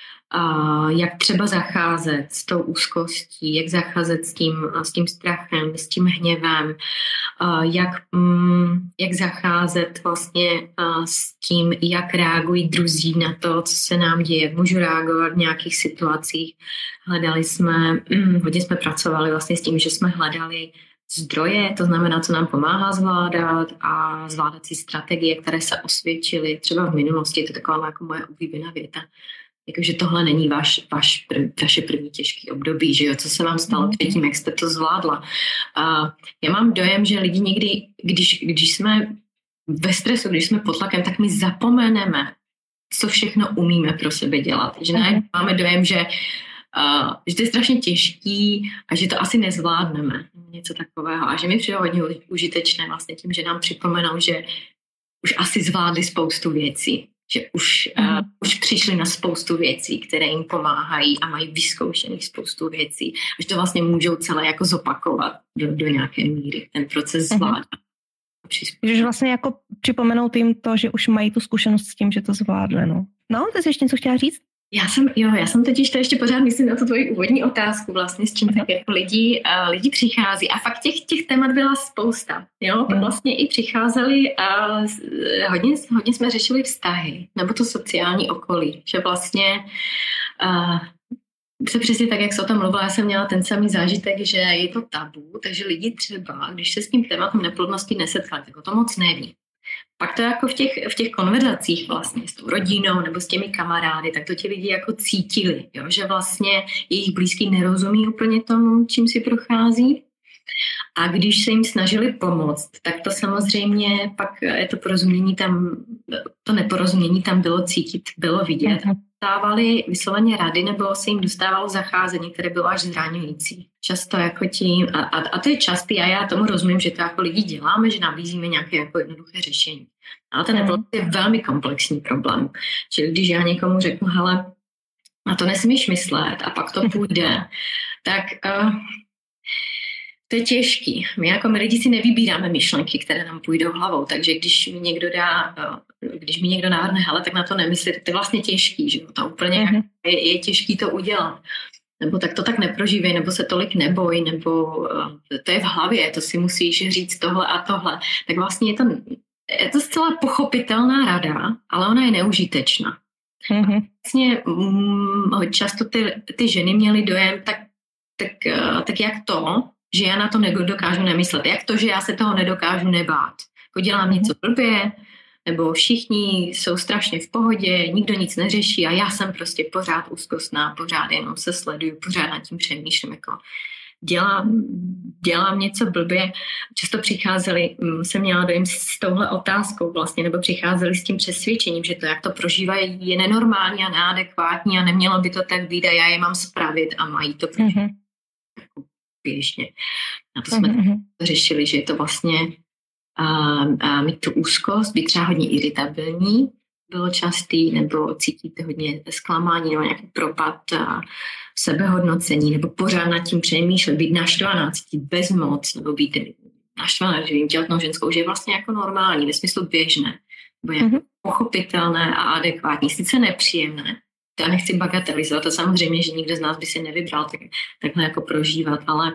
Uh, jak třeba zacházet s tou úzkostí, jak zacházet s tím, s tím strachem, s tím hněvem, uh, jak, um, jak zacházet vlastně uh, s tím, jak reagují druzí na to, co se nám děje. Můžu reagovat v nějakých situacích. Hledali jsme, um, hodně jsme pracovali vlastně s tím, že jsme hledali zdroje, to znamená, co nám pomáhá zvládat a zvládací strategie, které se osvědčily třeba v minulosti. To je taková jako moje oblíbená věta. Jakože tohle není váš, váš prv, vaše první těžký období, že jo, co se vám stalo předtím, jak jste to zvládla. A já mám dojem, že lidi někdy, když, když jsme ve stresu, když jsme pod tlakem, tak my zapomeneme, co všechno umíme pro sebe dělat. Že ne, máme dojem, že, uh, že to je strašně těžký a že to asi nezvládneme. Něco takového. A že mi přijde hodně užitečné vlastně tím, že nám připomenou, že už asi zvládli spoustu věcí. Že už, mm. uh, už přišli na spoustu věcí, které jim pomáhají a mají vyzkoušených spoustu věcí. Až to vlastně můžou celé jako zopakovat do, do nějaké míry, ten proces zvládat. Mm. Že vlastně jako připomenout jim to, že už mají tu zkušenost s tím, že to zvládli. No, no ty jsi ještě něco chtěla říct? Já jsem, jo, já jsem totiž to ještě pořád myslím na tu tvoji úvodní otázku vlastně, s čím tak jako lidi, uh, lidi přichází. A fakt těch, těch témat byla spousta, jo. To vlastně i přicházeli a uh, hodně, hodně jsme řešili vztahy, nebo to sociální okolí, že vlastně uh, se přesně tak, jak se o tom mluvila, já jsem měla ten samý zážitek, že je to tabu, takže lidi třeba, když se s tím tématem neplodnosti nesetkali, tak o to moc neví. Pak to jako v těch, v těch konverzacích vlastně s tou rodinou nebo s těmi kamarády, tak to ti lidi jako cítili, jo? Že vlastně jejich blízký nerozumí úplně tomu, čím si prochází. A když se jim snažili pomoct, tak to samozřejmě pak je to porozumění tam, to neporozumění tam bylo cítit, bylo vidět. Dostávali vysloveně rady nebo se jim dostávalo zacházení, které bylo až zraňující. Často jako tím, a, a, a to je častý a já tomu rozumím, že to jako lidi děláme, že nabízíme nějaké jako jednoduché řešení. Ale ten neplodnost je velmi komplexní problém. Čili když já někomu řeknu, hele, na to nesmíš myslet a pak to půjde, tak uh, to je těžký. My jako my lidi si nevybíráme myšlenky, které nám půjdou hlavou, takže když mi někdo dá, uh, když mi někdo navrhne, hele, tak na to nemysli, tak to je vlastně těžký, že to úplně mm-hmm. je, je těžký to udělat. Nebo tak to tak neprožívej, nebo se tolik neboj, nebo uh, to je v hlavě, to si musíš říct tohle a tohle. Tak vlastně je to, je to zcela pochopitelná rada, ale ona je neužitečná. Mm-hmm. Vlastně um, často ty, ty ženy měly dojem, tak, tak, uh, tak jak to, že já na to nedokážu nemyslet, jak to, že já se toho nedokážu nebát. Jako dělám něco blbě, nebo všichni jsou strašně v pohodě, nikdo nic neřeší a já jsem prostě pořád úzkostná, pořád jenom se sleduju, pořád nad tím přemýšlím, jako dělám, dělám něco blbě. Často přicházeli, jsem měla dojem s touhle otázkou vlastně, nebo přicházeli s tím přesvědčením, že to, jak to prožívají, je nenormální a neadekvátní a nemělo by to tak být a já je mám spravit a mají to prožívat mm-hmm. jako běžně. A to jsme mm-hmm. řešili, že je to vlastně a, a mít tu úzkost, být třeba hodně iritabilní, bylo častý, nebo cítíte hodně zklamání, nebo nějaký propad a sebehodnocení, nebo pořád nad tím přemýšlet, být naštvaná, cítit bezmoc, nebo být naštvaná, že vím těhotnou ženskou, že je vlastně jako normální, ve smyslu běžné, nebo jako mm-hmm. pochopitelné a adekvátní, sice nepříjemné. Já nechci bagatelizovat, to samozřejmě, že nikdo z nás by si nevybral tak, takhle jako prožívat, ale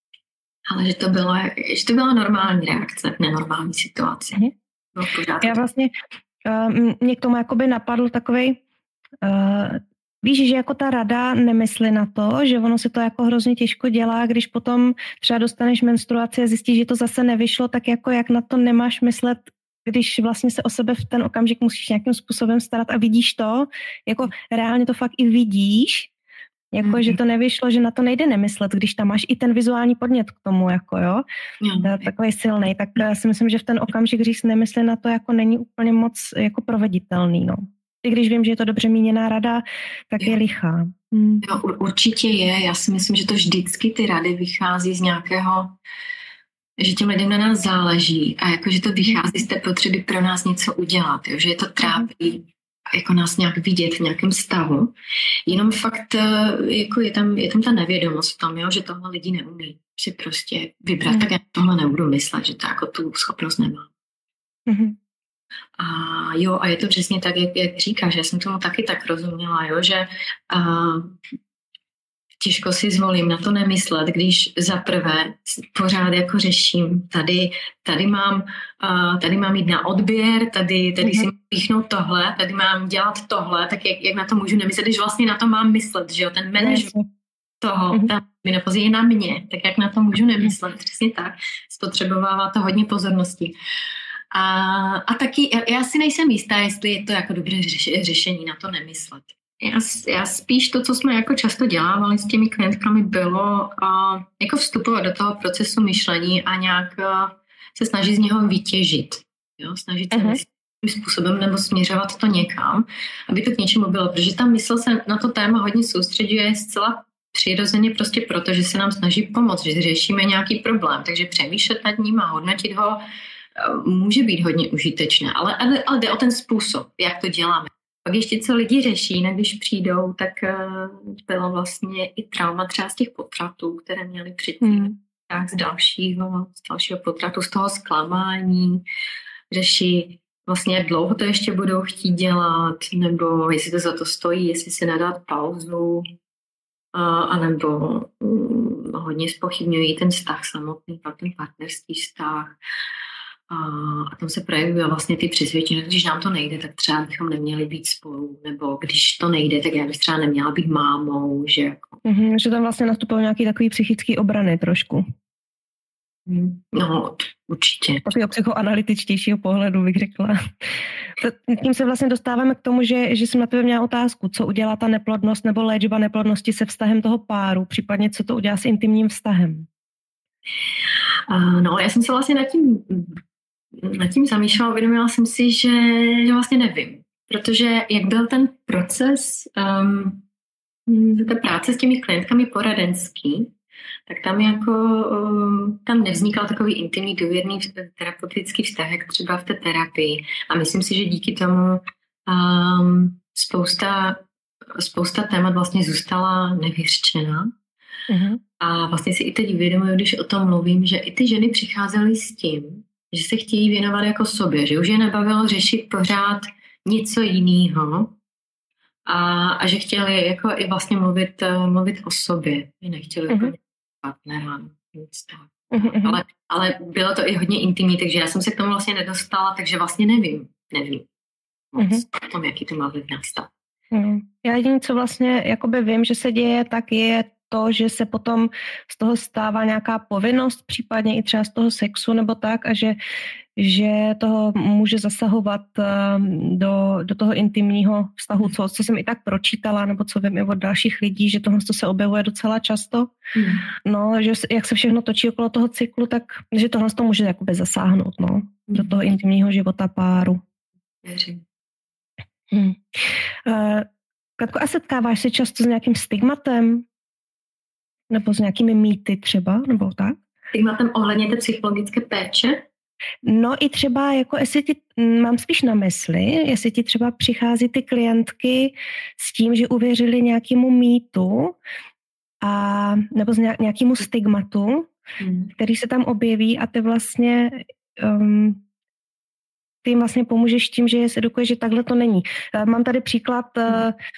ale že to, bylo, že to byla normální reakce v nenormální situaci. Mm-hmm. Já vlastně, uh, mě k tomu jakoby napadl takovej, uh, víš, že jako ta rada nemyslí na to, že ono se to jako hrozně těžko dělá, když potom třeba dostaneš menstruaci a zjistíš, že to zase nevyšlo, tak jako jak na to nemáš myslet, když vlastně se o sebe v ten okamžik musíš nějakým způsobem starat a vidíš to, jako reálně to fakt i vidíš, jako, mm-hmm. že to nevyšlo, že na to nejde nemyslet, když tam máš i ten vizuální podnět k tomu, jako jo, mm-hmm. takový silnej, tak si myslím, že v ten okamžik říct nemysli na to, jako není úplně moc jako proveditelný, no. I když vím, že je to dobře míněná rada, tak je, je lichá. Hmm. Jo, určitě je, já si myslím, že to vždycky ty rady vychází z nějakého, že těm lidem na nás záleží a jako, že to vychází z té potřeby pro nás něco udělat, jo, že je to trápí, jako nás nějak vidět v nějakém stavu. Jenom fakt jako je tam, je tam ta nevědomost v tom, jo, že tohle lidi neumí si prostě vybrat, mm. tak já tohle nebudu myslet, že to jako tu schopnost nemám. Mm. A jo, a je to přesně tak, jak, jak říkáš, já jsem tomu taky tak rozuměla, jo, že a, těžko si zvolím na to nemyslet, když zaprvé pořád jako řeším, tady, tady, mám, uh, tady mám jít na odběr, tady, tady mm-hmm. si mám píchnout tohle, tady mám dělat tohle, tak jak, jak na to můžu nemyslet, když vlastně na to mám myslet, že jo, ten management toho, mm-hmm. ta menopauzy je na mě, tak jak na to můžu nemyslet, přesně tak, spotřebovává to hodně pozornosti. A, a taky, já si nejsem jistá, jestli je to jako dobré řešení na to nemyslet. Já, já spíš to, co jsme jako často dělávali s těmi klientkami, bylo uh, jako vstupovat do toho procesu myšlení a nějak uh, se snažit z něho vytěžit. Jo? Snažit se uh-huh. tím způsobem nebo směřovat to někam, aby to k něčemu bylo. Protože ta mysl se na to téma hodně soustředuje zcela přirozeně prostě proto, že se nám snaží pomoct, že řešíme nějaký problém. Takže přemýšlet nad ním a hodnotit ho uh, může být hodně užitečné. Ale, ale, ale jde o ten způsob, jak to děláme. Pak ještě co lidi řeší, ne, když přijdou, tak uh, bylo vlastně i trauma třeba z těch potratů, které měli předtím, mm. tak z dalšího, z dalšího potratu, z toho zklamání. Řeší vlastně, jak dlouho to ještě budou chtít dělat, nebo jestli to za to stojí, jestli si nadat pauzu, uh, anebo um, hodně zpochybňují ten vztah samotný, pak ten partnerský vztah. A tam se projevuje vlastně ty přesvědčení, když nám to nejde, tak třeba bychom neměli být spolu, nebo když to nejde, tak já bych třeba neměla být mámou, že jako... Mm-hmm, že tam vlastně nastupují nějaký takový psychický obrany trošku. No, určitě. Takového psychoanalytičtějšího pohledu bych řekla. Tím se vlastně dostáváme k tomu, že, že jsem na tebe měla otázku, co udělá ta neplodnost nebo léčba neplodnosti se vztahem toho páru, případně co to udělá s intimním vztahem. Uh, no, já jsem se vlastně nad tím, nad tím zamýšlela, uvědomila jsem si, že, že vlastně nevím. Protože jak byl ten proces um, té práce s těmi klientkami poradenský, tak tam jako um, tam nevznikal takový intimní, důvěrný terapeutický vztah, jak třeba v té terapii. A myslím si, že díky tomu um, spousta, spousta témat vlastně zůstala nevyřčená. Uh-huh. A vlastně si i teď uvědomuji, když o tom mluvím, že i ty ženy přicházely s tím, že se chtějí věnovat jako sobě, že už je nebavilo řešit pořád něco jiného a, a že chtěli jako i vlastně mluvit, mluvit o sobě. Nechtěli uh-huh. jako partnera, nic tak. Uh-huh. Ale, ale bylo to i hodně intimní, takže já jsem se k tomu vlastně nedostala, takže vlastně nevím, nevím moc uh-huh. o tom, jaký to má vliv na stav. Uh-huh. Já jediné, co vlastně jakoby vím, že se děje, tak je to, že se potom z toho stává nějaká povinnost, případně i třeba z toho sexu nebo tak, a že, že toho může zasahovat do, do toho intimního vztahu, co, co jsem i tak pročítala, nebo co vím i od dalších lidí, že tohle se objevuje docela často. Mm. No, že jak se všechno točí okolo toho cyklu, tak že tohle to může jakoby zasáhnout, no, mm. do toho intimního života páru. Věřím. Hmm. Uh, Katko, a setkáváš se často s nějakým stigmatem? Nebo s nějakými mýty třeba, nebo tak? Stigmatem ohledně té psychologické péče? No i třeba, jako jestli ti, mám spíš na mysli, jestli ti třeba přichází ty klientky s tím, že uvěřili nějakému mýtu a, nebo z nějakému stigmatu, hmm. který se tam objeví a ty vlastně um, ty jim vlastně pomůžeš tím, že je sedukuješ, že takhle to není. Uh, mám tady příklad uh,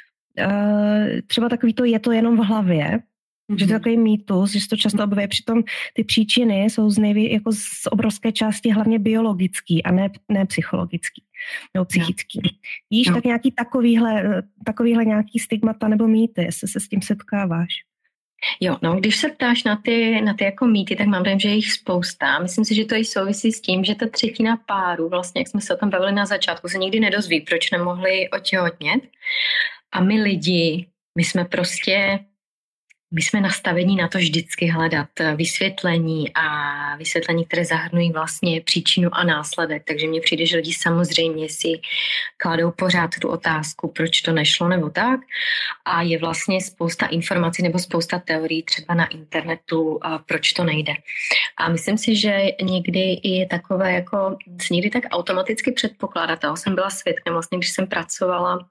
uh, třeba takový to je to jenom v hlavě, že to je takový mýtus, že se to často objeví. Přitom ty příčiny jsou z, nejvě, jako z obrovské části hlavně biologický a ne, ne psychologický nebo psychický. No. Víš, no. tak nějaký takovýhle, takovýhle nějaký stigmata nebo mýty, jestli se s tím setkáváš. Jo, no, když se ptáš na ty, na ty jako mýty, tak mám dojem, že je jich spousta. Myslím si, že to i souvisí s tím, že ta třetina párů, vlastně, jak jsme se o tom bavili na začátku, se nikdy nedozví, proč nemohli otěhotnět. A my lidi, my jsme prostě My jsme nastavení na to vždycky hledat vysvětlení a vysvětlení, které zahrnují vlastně příčinu a následek. Takže mně přijde, že lidi samozřejmě si kladou pořád tu otázku, proč to nešlo nebo tak. A je vlastně spousta informací nebo spousta teorií třeba na internetu, proč to nejde. A myslím si, že někdy je takové jako, někdy tak automaticky předpokládat. Toho jsem byla svědkem vlastně, když jsem pracovala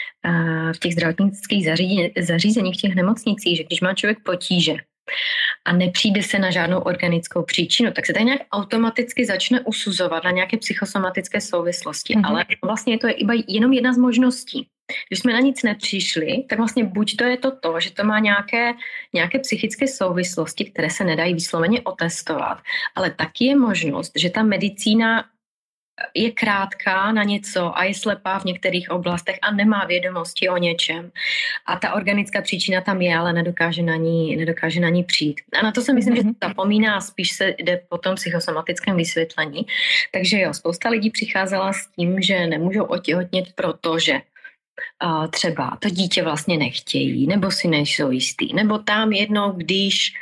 v těch zdravotnických zařízeních, v těch nemocnicích, že když má člověk potíže a nepřijde se na žádnou organickou příčinu, tak se tady nějak automaticky začne usuzovat na nějaké psychosomatické souvislosti. Mm-hmm. Ale vlastně je to iba jenom jedna z možností. Když jsme na nic nepřišli, tak vlastně buď to je to to, že to má nějaké, nějaké psychické souvislosti, které se nedají vysloveně otestovat, ale taky je možnost, že ta medicína je krátká na něco a je slepá v některých oblastech a nemá vědomosti o něčem. A ta organická příčina tam je, ale nedokáže na ní, nedokáže na ní přijít. A na to si myslím, mm-hmm. že se zapomíná a spíš se jde po tom psychosomatickém vysvětlení. Takže jo, spousta lidí přicházela s tím, že nemůžou otěhotnět, protože uh, třeba to dítě vlastně nechtějí, nebo si nejsou jistý, nebo tam jednou, když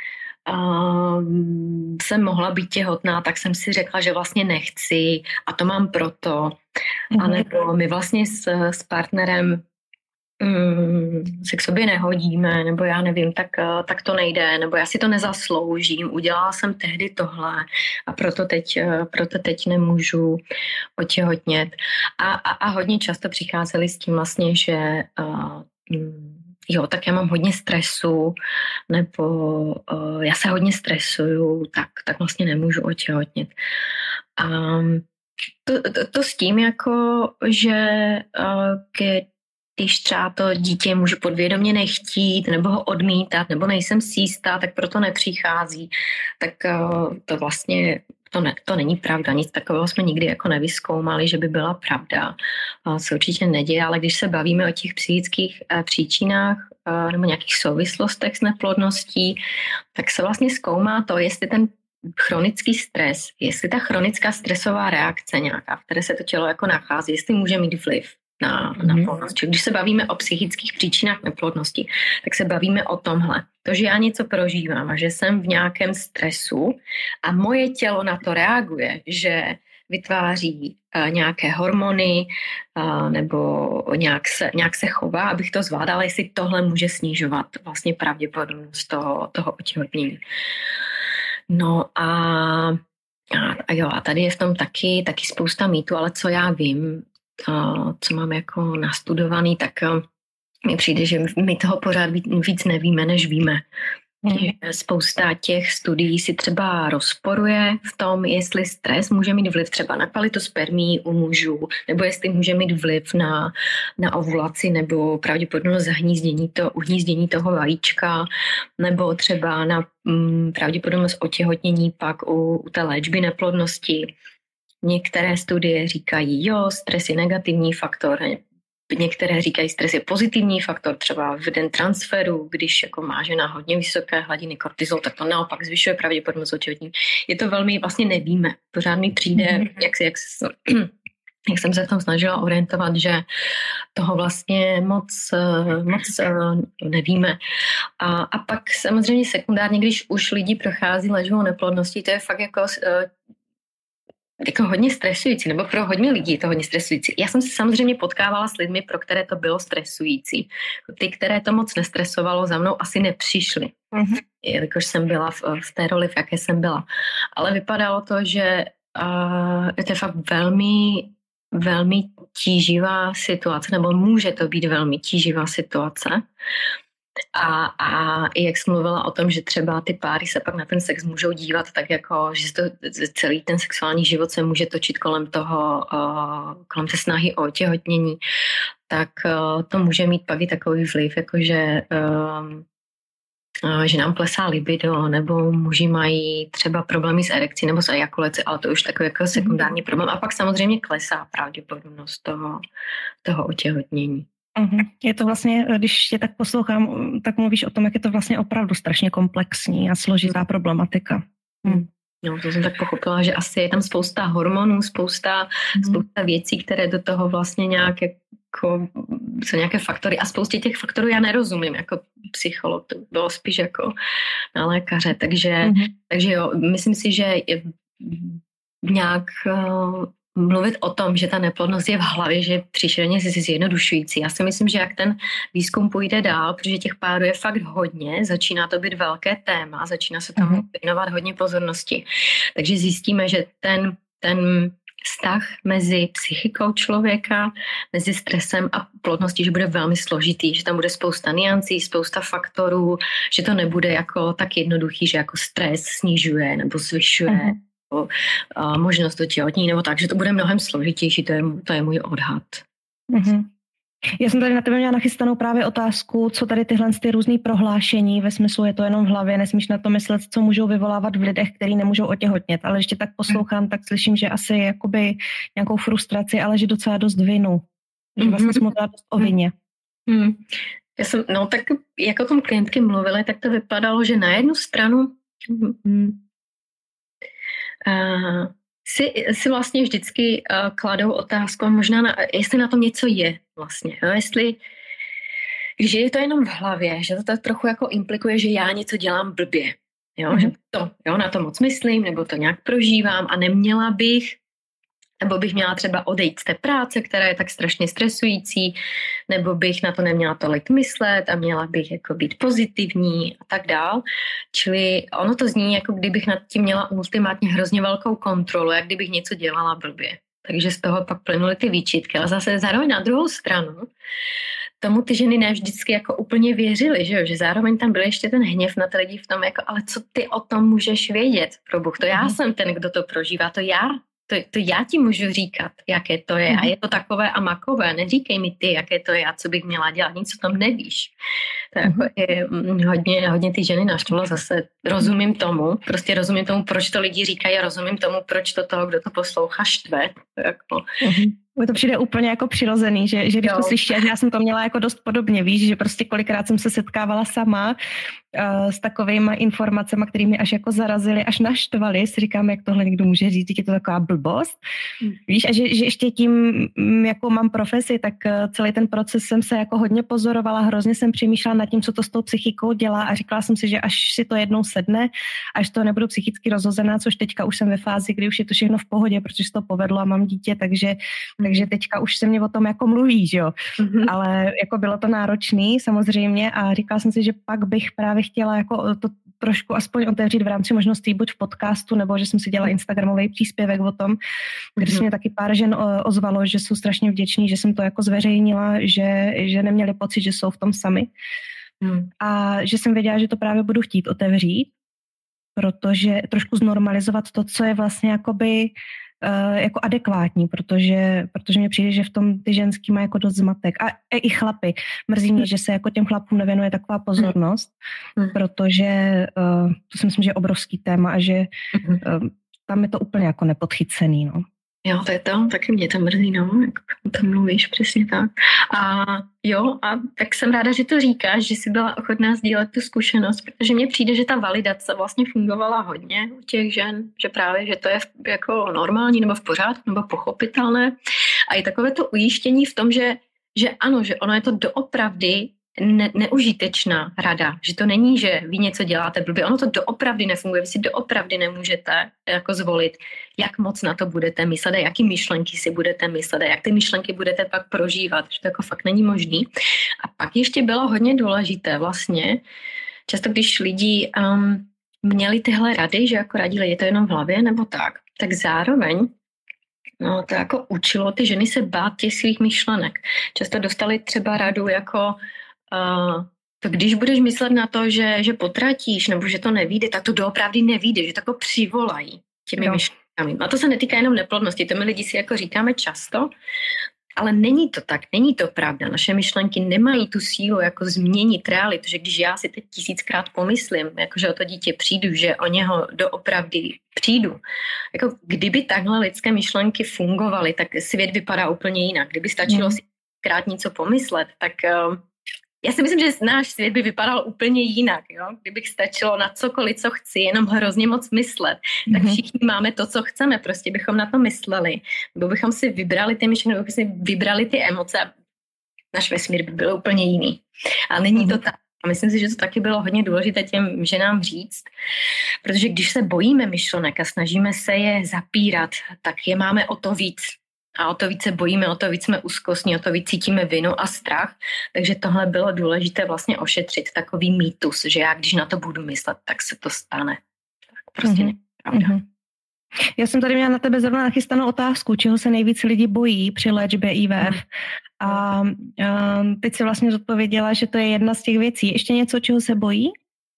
Uh, jsem mohla být těhotná, tak jsem si řekla, že vlastně nechci a to mám proto. Mm-hmm. A nebo my vlastně s, s partnerem um, se k sobě nehodíme, nebo já nevím, tak, uh, tak to nejde, nebo já si to nezasloužím, udělala jsem tehdy tohle a proto teď, uh, proto teď nemůžu otěhotnět. A, a, a hodně často přicházeli s tím vlastně, že uh, um, jo, tak já mám hodně stresu, nebo uh, já se hodně stresuju, tak, tak vlastně nemůžu otěhotnět. Um, to, to, to s tím, jako, že uh, když třeba to dítě můžu podvědomě nechtít, nebo ho odmítat, nebo nejsem si jistá, tak proto nepřichází, tak uh, to vlastně To, ne, to není pravda, nic takového jsme nikdy jako nevyzkoumali, že by byla pravda. Se určitě neděje, ale když se bavíme o těch psychických příčinách nebo nějakých souvislostech s neplodností, tak se vlastně zkoumá to, jestli ten chronický stres, jestli ta chronická stresová reakce nějaká, v které se to tělo jako nachází, jestli může mít vliv na, na plodnost. Když se bavíme o psychických příčinách neplodnosti, tak se bavíme o tomhle. To, že já něco prožívám a že jsem v nějakém stresu a moje tělo na to reaguje, že vytváří uh, nějaké hormony uh, nebo nějak se, nějak se chová, abych to zvládala, jestli tohle může snižovat vlastně pravděpodobnost toho, toho otěhotnění. No a, a, a jo, a tady je v tom taky, taky spousta mýtů, ale co já vím, uh, co mám jako nastudovaný, tak uh, mi přijde, že my toho pořád víc nevíme, než víme. Hmm. Spousta těch studií si třeba rozporuje v tom, jestli stres může mít vliv třeba na kvalitu spermií u mužů, nebo jestli může mít vliv na, na ovulaci nebo pravděpodobnost zahnízdění to, uhnízdění toho vajíčka, nebo třeba na mm, pravděpodobnost otěhotnění pak u, u té léčby neplodnosti. Některé studie říkají, jo, stres je negativní faktor, některé říkají, stres je pozitivní faktor, třeba v den transferu, když jako má žena hodně vysoké hladiny kortizol, tak to naopak zvyšuje pravděpodobnost otěhotnění. Je to velmi, vlastně nevíme. Pořád mi přijde, mm-hmm. jak, jak, jak jsem se v tom snažila orientovat, že toho vlastně moc, moc nevíme. A, a pak samozřejmě sekundárně, když už lidi prochází léčbou neplodností, to je fakt jako jako hodně stresující, nebo pro hodně lidí je to hodně stresující. Já jsem se samozřejmě potkávala s lidmi, pro které to bylo stresující. Ty, které to moc nestresovalo, za mnou asi nepřišly. Mm-hmm. Jelikož jsem byla v, v té roli, v jaké jsem byla. Ale vypadalo to, že uh, je to fakt velmi, velmi tíživá situace, nebo může to být velmi tíživá situace. A, a i jak jsem mluvila o tom, že třeba ty páry se pak na ten sex můžou dívat tak jako, že to, celý ten sexuální život se může točit kolem toho, uh, kolem té snahy o otěhotnění, tak uh, to může mít pak i takový vliv, jakože uh, uh, že nám klesá libido, nebo muži mají třeba problémy s erekcí nebo s ejakulací, ale to už takový jako sekundární problém. A pak samozřejmě klesá pravděpodobnost toho, toho otěhotnění. Uhum. Je to vlastně, když tě tak poslouchám, tak mluvíš o tom, jak je to vlastně opravdu strašně komplexní a složitá problematika. Hmm. No, to jsem tak pochopila, že asi je tam spousta hormonů, spousta, hmm. spousta věcí, které do toho vlastně nějak jako, jsou nějaké faktory a spoustě těch faktorů já nerozumím jako psycholog, to bylo spíš jako na lékaře, takže, hmm. takže jo, myslím si, že je nějak mluvit o tom, že ta neplodnost je v hlavě, že je příšerně zjednodušující. Já si myslím, že jak ten výzkum půjde dál, protože těch párů je fakt hodně, začíná to být velké téma, začíná se tomu věnovat hodně pozornosti. Takže zjistíme, že ten, ten vztah mezi psychikou člověka, mezi stresem a plodností, že bude velmi složitý, že tam bude spousta nuancí, spousta faktorů, že to nebude jako tak jednoduchý, že jako stres snižuje nebo zvyšuje uh-huh. A možnost otěhotnění, nebo tak, že to bude mnohem složitější, to je, to je můj odhad. Mm-hmm. Já jsem tady na tebe měla nachystanou právě otázku, co tady tyhle ty různý prohlášení, ve smyslu je to jenom v hlavě, nesmíš na to myslet, co můžou vyvolávat v lidech, kteří nemůžou otěhotnět, ale ještě tak poslouchám, tak slyším, že asi jakoby nějakou frustraci, ale že docela dost vinu, že vlastně jsme mluvila dost o vině. Mm-hmm. Já jsem, no tak jak o tom klientky mluvily, tak to vypadalo, že na jednu stranu mm, Uh, si, si vlastně vždycky uh, kladou otázku, možná na, jestli na tom něco je vlastně, no, jestli, že je to jenom v hlavě, že to tak trochu jako implikuje, že já něco dělám blbě, jo, mm-hmm. že to, jo, na to moc myslím, nebo to nějak prožívám a neměla bych, nebo bych měla třeba odejít z té práce, která je tak strašně stresující, nebo bych na to neměla tolik myslet a měla bych jako být pozitivní a tak dál. Čili ono to zní, jako kdybych nad tím měla ultimátně hrozně velkou kontrolu, jak kdybych něco dělala blbě. Takže z toho pak plynuly ty výčitky. Ale zase zároveň na druhou stranu tomu ty ženy ne vždycky jako úplně věřily, že jo? Že zároveň tam byl ještě ten hněv na ty lidi v tom, jako, ale co ty o tom můžeš vědět, pro Bůh, to já mm. jsem ten, kdo to prožívá, to já To, to já ti můžu říkat, jaké to je. A je to takové a makové. Neříkej mi ty, jaké to je a co bych měla dělat. Nic o tom nevíš. To je jako je, hodně, hodně ty ženy naštvalo zase. Rozumím tomu. Prostě rozumím tomu, proč to lidi říkají a rozumím tomu, proč to toho, kdo to poslouchá, štve. To jako, Mně to přijde úplně jako přirozený, že, že když jo. to slyší, a já jsem to měla jako dost podobně, víš, že prostě kolikrát jsem se setkávala sama uh, s takovými informacemi, které mi až jako zarazily, až naštvaly, si říkám, jak tohle někdo může říct, je to taková blbost, hmm. víš, a že, že ještě tím, jako mám profesi, tak uh, celý ten proces jsem se jako hodně pozorovala, hrozně jsem přemýšlela nad tím, co to s tou psychikou dělá a říkala jsem si, že až si to jednou sedne, až to nebudu psychicky rozhozená, což teďka už jsem ve fázi, kdy už je to všechno v pohodě, protože se to povedlo a mám dítě, takže Takže teďka už se mě o tom jako mluví, že jo. Mm-hmm. Ale jako bylo to náročný samozřejmě a říkala jsem si, že pak bych právě chtěla jako to trošku aspoň otevřít v rámci možností buď v podcastu, nebo že jsem si dělala instagramový příspěvek o tom, kde mm-hmm. se mě taky pár žen ozvalo, že jsou strašně vděční, že jsem to jako zveřejnila, že, že neměli pocit, že jsou v tom sami. Mm. A že jsem věděla, že to právě budu chtít otevřít, protože trošku znormalizovat to, co je vlastně jakoby Uh, jako adekvátní, protože, protože mně přijde, že v tom ty ženský mají jako dost zmatek. A, a i chlapy. Mrzí mě, že se jako těm chlapům nevěnuje taková pozornost, mm. protože uh, to si myslím, že je obrovský téma a že uh, tam je to úplně jako nepodchycený, no. Jo, to je to, taky mě to mrzí, no, jak o tom mluvíš, přesně tak. A jo, a tak jsem ráda, že to říkáš, že jsi byla ochotná sdílet tu zkušenost, protože mně přijde, že ta validace vlastně fungovala hodně u těch žen, že právě, že to je jako normální nebo v pořádku, nebo pochopitelné. A i takové to ujištění v tom, že, že ano, že ono je to doopravdy Ne, neužitečná rada, že to není, že vy něco děláte blbě, ono to doopravdy nefunguje, vy si doopravdy nemůžete jako zvolit, jak moc na to budete myslet a jaký myšlenky si budete myslet a jak ty myšlenky budete pak prožívat, že to jako fakt není možný. A pak ještě bylo hodně důležité vlastně, často když lidi um, měli tyhle rady, že jako radili, je to jenom v hlavě nebo tak, tak zároveň no, to jako učilo ty ženy se bát těch svých myšlenek. Často dostali třeba radu jako Uh, to když budeš myslet na to, že, že potratíš nebo že to nevíde, tak to doopravdy nevíde, že to jako přivolají těmi no. myšlenkami. A to se netýká jenom neplodnosti, to my lidi si jako říkáme často, ale není to tak, není to pravda. Naše myšlenky nemají tu sílu jako změnit realitu, že když já si teď tisíckrát pomyslím, jako že o to dítě přijdu, že o něho doopravdy přijdu. Jako kdyby takhle lidské myšlenky fungovaly, tak svět vypadá úplně jinak. Kdyby stačilo mm. si krát něco pomyslet, tak uh, já si myslím, že náš svět by vypadal úplně jinak, jo? Kdybych stačilo na cokoliv, co chci, jenom hrozně moc myslet, mm-hmm. tak všichni máme to, co chceme, prostě bychom na to mysleli, nebo bychom si vybrali ty myšlenky, nebo bychom si vybrali ty emoce a náš vesmír by byl úplně jiný. A není mm-hmm. to tak. A myslím si, že to taky bylo hodně důležité těm ženám říct, protože když se bojíme myšlenek a snažíme se je zapírat, tak je máme o to víc. A o to víc se bojíme, o to víc jsme úzkostní, o to víc cítíme vinu a strach. Takže tohle bylo důležité vlastně ošetřit takový mýtus, že já když na to budu myslet, tak se to stane. Tak prostě mm-hmm. nepravda. Mm-hmm. Já jsem tady měla na tebe zrovna nachystanou otázku, čeho se nejvíc lidi bojí při léčbě I V F. Mm-hmm. A, a teď si vlastně odpověděla, že to je jedna z těch věcí. Ještě něco, čeho se bojí?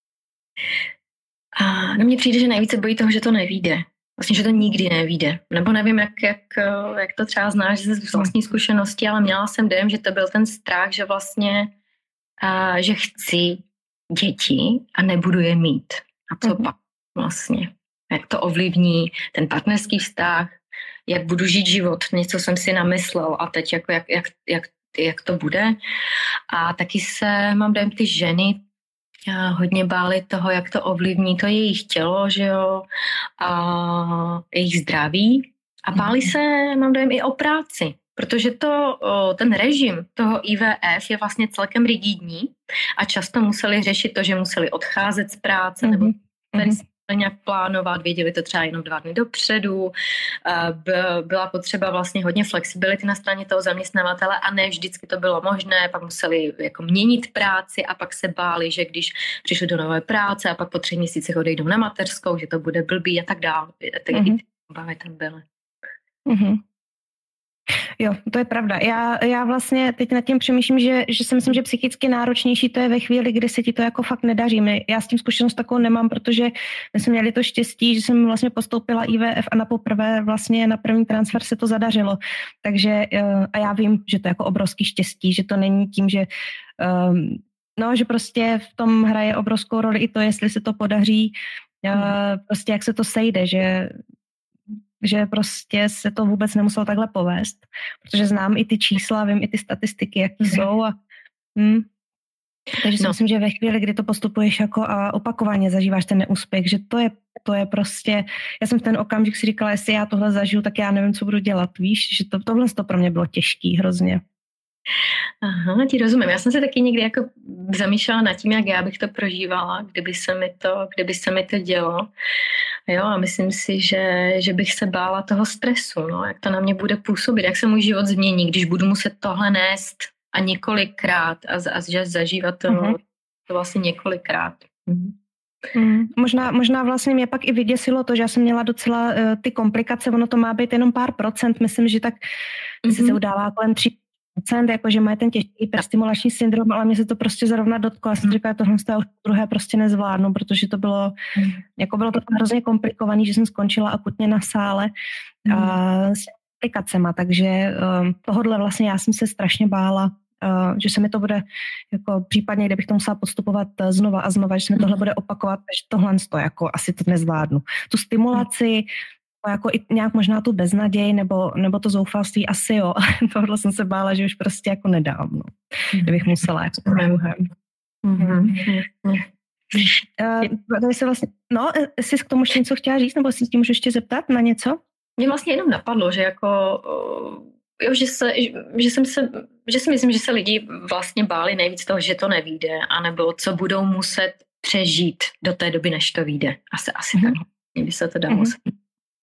A, no mně přijde, že nejvíce bojí toho, že to nevyjde. Vlastně, že to nikdy nevyjde. Nebo nevím, jak, jak, jak to třeba znáš ze vlastní zkušenosti, ale měla jsem dojem, že to byl ten strach, že vlastně, a, že chci děti a nebudu je mít. A co mm-hmm. pak vlastně? Jak to ovlivní ten partnerský vztah, jak budu žít život, něco jsem si namyslel a teď jako jak, jak, jak, jak to bude. A taky se, mám dojem, ty ženy hodně báli toho, jak to ovlivní to jejich tělo, že jo, a jejich zdraví. A báli se, mám dojem, i o práci, protože to, ten režim toho I V F je vlastně celkem rigidní a často museli řešit to, že museli odcházet z práce, mm-hmm. nebo mm-hmm. nějak plánovat, věděli to třeba jenom dva dny dopředu, byla potřeba vlastně hodně flexibility na straně toho zaměstnavatele a ne vždycky to bylo možné, pak museli jako měnit práci a pak se báli, že když přišli do nové práce a pak po třech měsících odejdou na mateřskou, že to bude blbý a tak dále. Tak mm-hmm. i ty obavy tam byly. Mm-hmm. Jo, to je pravda. Já, já vlastně teď nad tím přemýšlím, že, že si myslím, že psychicky náročnější to je ve chvíli, kdy se ti to jako fakt nedaří. Já s tím zkušenost takovou nemám, protože my jsme měli to štěstí, že jsem vlastně postoupila I V F a na poprvé vlastně na první transfer se to zadařilo. Takže a já vím, že to je jako obrovský štěstí, že to není tím, že um, no, že prostě v tom hraje obrovskou roli i to, jestli se to podaří, hmm. prostě jak se to sejde, že že prostě se to vůbec nemuselo takhle povést, protože znám i ty čísla, vím i ty statistiky, jaký mm. jsou a hm. Takže si no. myslím, že ve chvíli, kdy to postupuješ jako a opakovaně zažíváš ten neúspěch, že to je, to je prostě, já jsem v ten okamžik si říkala, jestli já tohle zažiju, tak já nevím, co budu dělat, víš, že to, tohle to pro mě bylo těžký hrozně. Aha, ti rozumím. Já jsem se taky někdy jako zamýšlela nad tím, jak já bych to prožívala, kdyby se mi to, kdyby se mi to dělo. Jo, a myslím si, že, že bych se bála toho stresu, no, jak to na mě bude působit, jak se můj život změní, když budu muset tohle nést a několikrát a, a že zažívat to, mm-hmm. to vlastně několikrát. Mm-hmm. Mm, možná, možná vlastně mě pak i vyděsilo to, že já jsem měla docela uh, ty komplikace, ono to má být jenom pár procent, myslím, že tak mm-hmm. se udává kolem tři procent, jakože má ten těžký hyperstimulační syndrom, ale mě se to prostě zrovna dotklo. Já jsem mm. říkala, tohle už druhé prostě nezvládnu, protože to bylo, mm. jako bylo to hrozně komplikovaný, že jsem skončila akutně na sále mm. a, s komplikacema, takže um, tohodle vlastně já jsem se strašně bála, uh, že se mi to bude, jako případně, kdybych to musela postupovat znova a znova, že se mi tohle bude opakovat, že tohle to jako asi to nezvládnu. Tu stimulaci, jako i nějak možná tu beznaděj nebo, nebo to zoufalství, asi jo. Tohle jsem se bála, že už prostě jako nedám, no. Kdybych musela jako druhém. Mm-hmm. Uh, se vlastně, no, jsi k tomu ještě něco chtěla říct, nebo si s tím můžu ještě zeptat na něco? Mě vlastně jenom napadlo, že jako, jo, že, se, že, jsem se, že si myslím, že se lidi vlastně báli nejvíc toho, že to nevyjde, anebo co budou muset přežít do té doby, než to vyjde. Asi, asi mm-hmm. tak. Mně by se to dalo mm-hmm.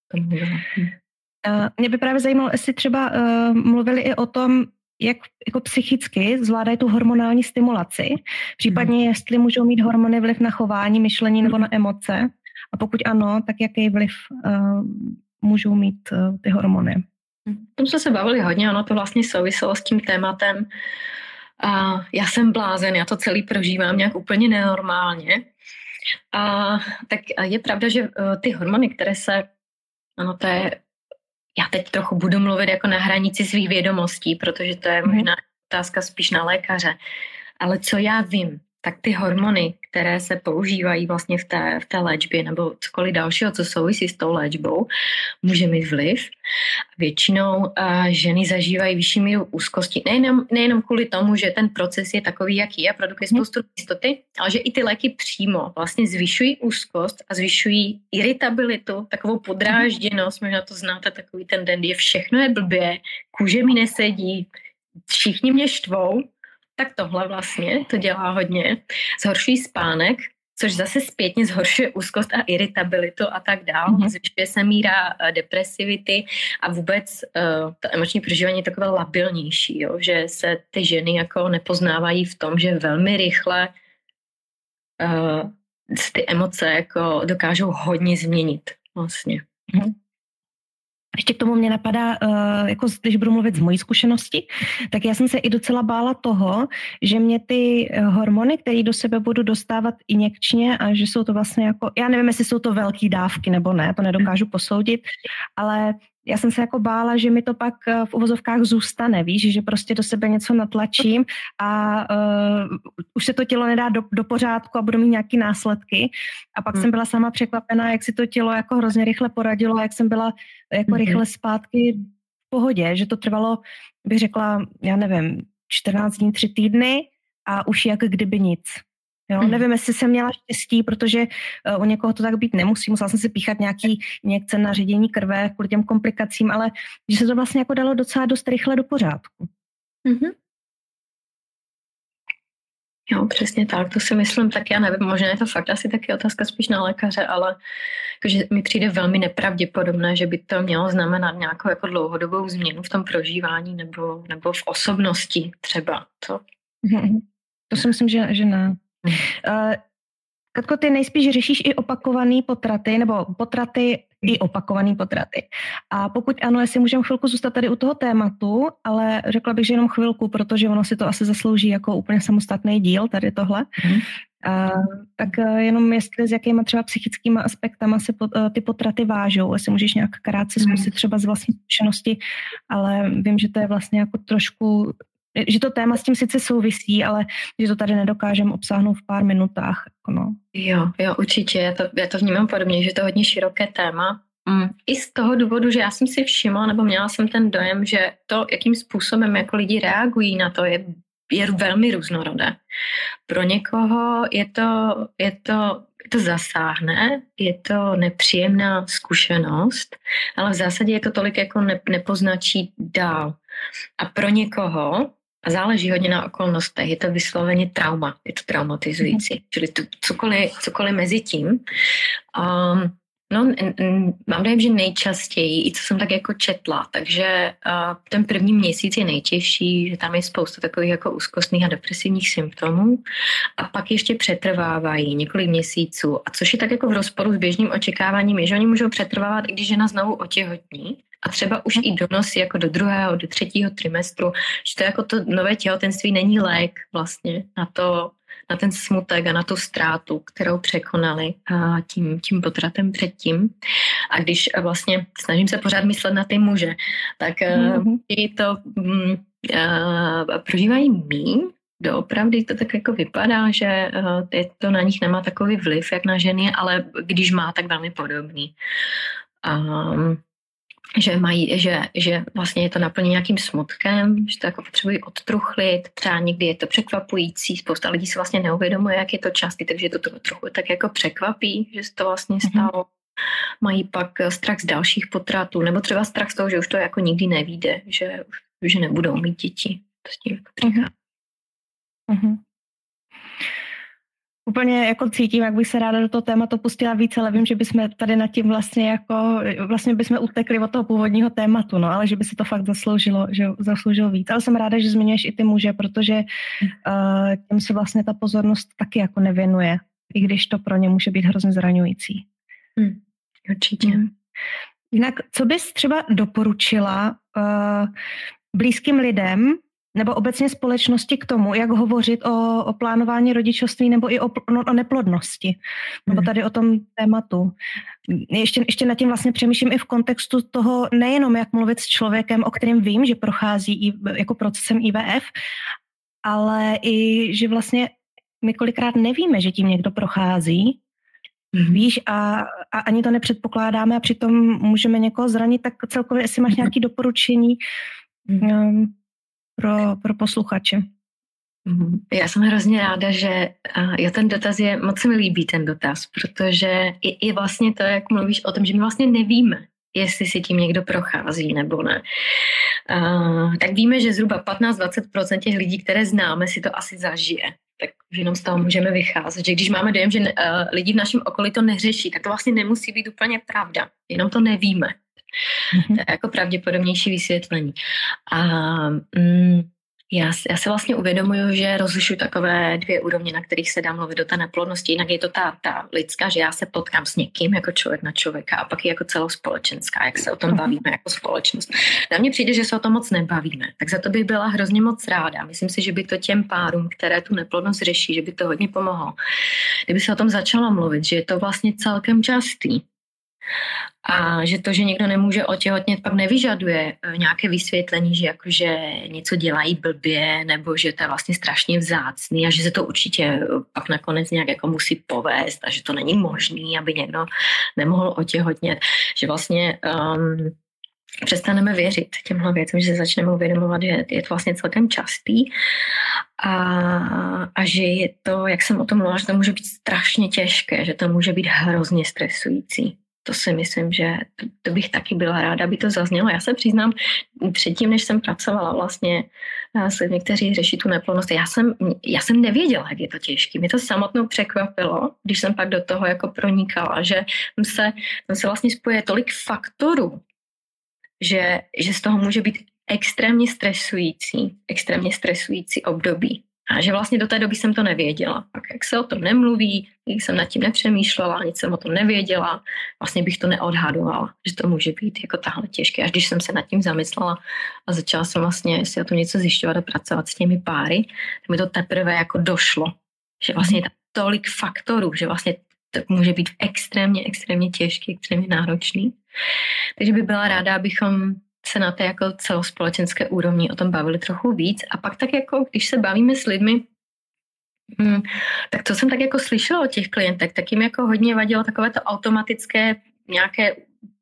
Uh, mě by právě zajímalo, jestli třeba uh, mluvili i o tom, jak jako psychicky zvládají tu hormonální stimulaci, případně hmm. jestli můžou mít hormony vliv na chování, myšlení nebo na emoce, a pokud ano, tak jaký vliv uh, můžou mít uh, ty hormony. O tom jsme se bavili hodně, ono to vlastně souviselo s tím tématem. Uh, já jsem blázen, já to celý prožívám nějak úplně nenormálně. A tak je pravda, že uh, ty hormony, které se ano, to je, já teď trochu budu mluvit jako na hranici svých vědomostí, protože to je možná otázka spíš na lékaře. Ale co já vím, tak ty hormony, které se používají vlastně v té, v té léčbě nebo cokoliv dalšího, co souvisí s tou léčbou, může mít vliv. Většinou uh, ženy zažívají vyšší míru úzkosti. Nejenom, nejenom kvůli tomu, že ten proces je takový, jaký je, produkuje spoustu jistoty, ale že i ty léky přímo vlastně zvyšují úzkost a zvyšují iritabilitu, takovou podrážděnost, možná to znáte, takový ten den, kdy všechno je blbě, kůže mi nesedí, všichni mě štvou. Tak tohle vlastně to dělá hodně. Zhoršují spánek, což zase zpětně zhoršuje úzkost a iritabilitu a tak dál. Mm-hmm. Zvyšuje se míra depresivity a vůbec uh, to emoční prožívání je takové labilnější, jo? Že se ty ženy jako nepoznávají v tom, že velmi rychle uh, ty emoce jako dokážou hodně změnit vlastně. Mm-hmm. Ještě k tomu mě napadá, jako když budu mluvit z mojí zkušenosti, tak já jsem se i docela bála toho, že mě ty hormony, které do sebe budu dostávat injekčně a že jsou to vlastně jako, já nevím, jestli jsou to velké dávky nebo ne, to nedokážu posoudit, ale já jsem se jako bála, že mi to pak v uvozovkách zůstane, víš, že prostě do sebe něco natlačím a uh, už se to tělo nedá do, do pořádku a budu mít nějaký následky. A pak hmm. jsem byla sama překvapená, jak si to tělo jako hrozně rychle poradilo a jak jsem byla jako hmm. rychle zpátky v pohodě, že to trvalo, bych řekla, já nevím, čtrnáct dní, tři týdny a už jak kdyby nic. Jo, mm. Nevím, jestli jsem měla štěstí, protože uh, u někoho to tak být nemusí. Musela jsem si píchat nějaký injekce na ředění krve kvůli těm komplikacím, ale že se to vlastně jako dalo docela dost rychle do pořádku. Mm-hmm. Jo, přesně tak, to si myslím, tak já nevím, možná je to fakt asi taky otázka spíš na lékaře, ale jakože mi přijde velmi nepravděpodobné, že by to mělo znamenat nějakou jako dlouhodobou změnu v tom prožívání nebo, nebo v osobnosti třeba. To, mm-hmm. to si myslím, že, že ne. Uh, Katko, ty nejspíš řešíš i opakovaný potraty, nebo potraty i opakovaný potraty. A pokud ano, jestli můžeme chvilku zůstat tady u toho tématu, ale řekla bych, že jenom chvilku, protože ono si to asi zaslouží jako úplně samostatný díl, tady tohle. Mm. Uh, tak uh, jenom jestli s jakýma třeba psychickýma aspektama se pot, uh, ty potraty vážou, jestli můžeš nějak krátce zkusit třeba z vlastní zkušenosti, ale vím, že to je vlastně jako trošku, že to téma s tím sice souvisí, ale že to tady nedokážeme obsáhnout v pár minutách. No. Jo, jo, určitě. Já to, já to vnímám podobně, že to je hodně široké téma. Mm. i z toho důvodu, že já jsem si všimla, nebo měla jsem ten dojem, že to, jakým způsobem jako lidi reagují na to, je, je velmi různorodé. Pro někoho je to, je to, to zasáhne, je to nepříjemná zkušenost, ale v zásadě je to tolik jako ne, nepoznačí dál. A pro někoho, a záleží hodně na okolnostech, je to vysloveně trauma, je to traumatizující. Mm. Čili to, cokoliv, cokoliv mezi tím. Um, no, n, n, mám dojem, že nejčastěji, i co jsem tak jako četla, takže uh, ten první měsíc je nejtěžší, že tam je spousta takových jako úzkostných a depresivních symptomů a pak ještě přetrvávají několik měsíců. A což je tak jako v rozporu s běžným očekáváním, je, že oni můžou přetrvávat, i když žena znovu otěhotní. A třeba už i donosy jako do druhého, do třetího trimestru, že to jako to nové těhotenství není lék vlastně na to, na ten smutek a na tu ztrátu, kterou překonali a tím, tím potratem předtím. A když vlastně snažím se pořád myslet na ty muže, tak mm-hmm. uh, to um, uh, prožívají míň. Doopravdy to tak jako vypadá, že uh, to na nich nemá takový vliv, jak na ženy, ale když má, tak velmi podobný. Um, že mají, že, že vlastně je to naplněné nějakým smutkem, že to jako potřebují odtruchlit, třeba někdy je to překvapující, spousta lidí si vlastně neuvědomuje, jak je to častý, takže to, to trochu tak jako překvapí, že se to vlastně stalo. Mm-hmm. Mají pak strach z dalších potratů, nebo třeba strach z toho, že už to jako nikdy nevíde, že, že nebudou mít děti. To s tím jako přichází. Mm-hmm. Úplně jako cítím, jak bych se ráda do toho tématu pustila víc, ale vím, že bychom tady nad tím vlastně jako, vlastně bychom utekli od toho původního tématu, no, ale že by se to fakt zasloužilo, že zasloužilo víc. Ale jsem ráda, že zmiňuješ i ty muže, protože uh, těm se vlastně ta pozornost taky jako nevěnuje, i když to pro ně může být hrozně zraňující. Hmm, určitě. Hmm. Jinak, co bys třeba doporučila uh, blízkým lidem, nebo obecně společnosti k tomu, jak hovořit o, o plánování rodičovství nebo i o, no, o neplodnosti. Mm. Nebo tady o tom tématu. Ještě, ještě nad tím vlastně přemýšlím i v kontextu toho, nejenom jak mluvit s člověkem, o kterém vím, že prochází i, jako procesem I V F, ale i, že vlastně my kolikrát nevíme, že tím někdo prochází. Mm. Víš, a, a ani to nepředpokládáme a přitom můžeme někoho zranit, tak celkově, jestli máš nějaké doporučení, mm. um, Pro, pro posluchače. Já jsem hrozně ráda, že jo, ten dotaz je, moc se mi líbí ten dotaz, protože i, i vlastně to, jak mluvíš o tom, že my vlastně nevíme, jestli si tím někdo prochází nebo ne. Uh, tak víme, že zhruba patnáct až dvacet procent těch lidí, které známe, si to asi zažije. Tak jenom z toho můžeme vycházet, že když máme dojem, že uh, lidi v našem okolí to neřeší, tak to vlastně nemusí být úplně pravda. Jenom to nevíme. Mm-hmm. To je jako pravděpodobnější vysvětlení. A mm, já, já se vlastně uvědomuju, že rozlišuju takové dvě úrovně, na kterých se dá mluvit o té neplodnosti. Jinak je to ta, ta lidská, že já se potkám s někým jako člověk na člověka a pak je jako celospolečenská, jak se o tom bavíme jako společnost. Na mně přijde, že se o tom moc nebavíme. Tak za to bych byla hrozně moc ráda. Myslím si, že by to těm párům, které tu neplodnost řeší, že by to hodně pomohlo. Kdyby se o tom začalo mluvit, že je to vlastně celkem častý. A že to, že někdo nemůže otěhotnět, pak nevyžaduje nějaké vysvětlení, že jakože něco dělají blbě, nebo že to je vlastně strašně vzácný a že se to určitě pak nakonec nějak jako musí povést a že to není možný, aby někdo nemohl otěhotnět. Že vlastně um, přestaneme věřit těmhle věcem, že se začneme uvědomovat, že je to vlastně celkem častý a, a že je to, jak jsem o tom mluvila, že to může být strašně těžké, že to může být hrozně stresující. To si myslím, že to, to bych taky byla ráda, aby to zaznělo. Já se přiznám, předtím, než jsem pracovala vlastně s lidmi, kteří řeší tu neplodnost, já jsem, já jsem nevěděla, jak je to těžké. Mě to samotnou překvapilo, když jsem pak do toho jako pronikala, že se, se vlastně spojuje tolik faktorů, že, že z toho může být extrémně stresující, extrémně stresující období. A že vlastně do té doby jsem to nevěděla. Pak jak se o tom nemluví, jak jsem nad tím nepřemýšlela, nic jsem o tom nevěděla, vlastně bych to neodhadovala, že to může být jako tahle těžké. Až když jsem se nad tím zamyslela a začala jsem vlastně si o tom něco zjišťovat a pracovat s těmi páry, tak mi to teprve jako došlo, že vlastně je tam tolik faktorů, že vlastně to může být extrémně, extrémně těžký, extrémně náročný. Takže bych byla ráda, abychom se na té jako celospolečenské úrovni o tom bavili trochu víc. A pak tak jako, když se bavíme s lidmi, hmm, tak to jsem tak jako slyšela od těch klientek, tak jim jako hodně vadilo takové to automatické nějaké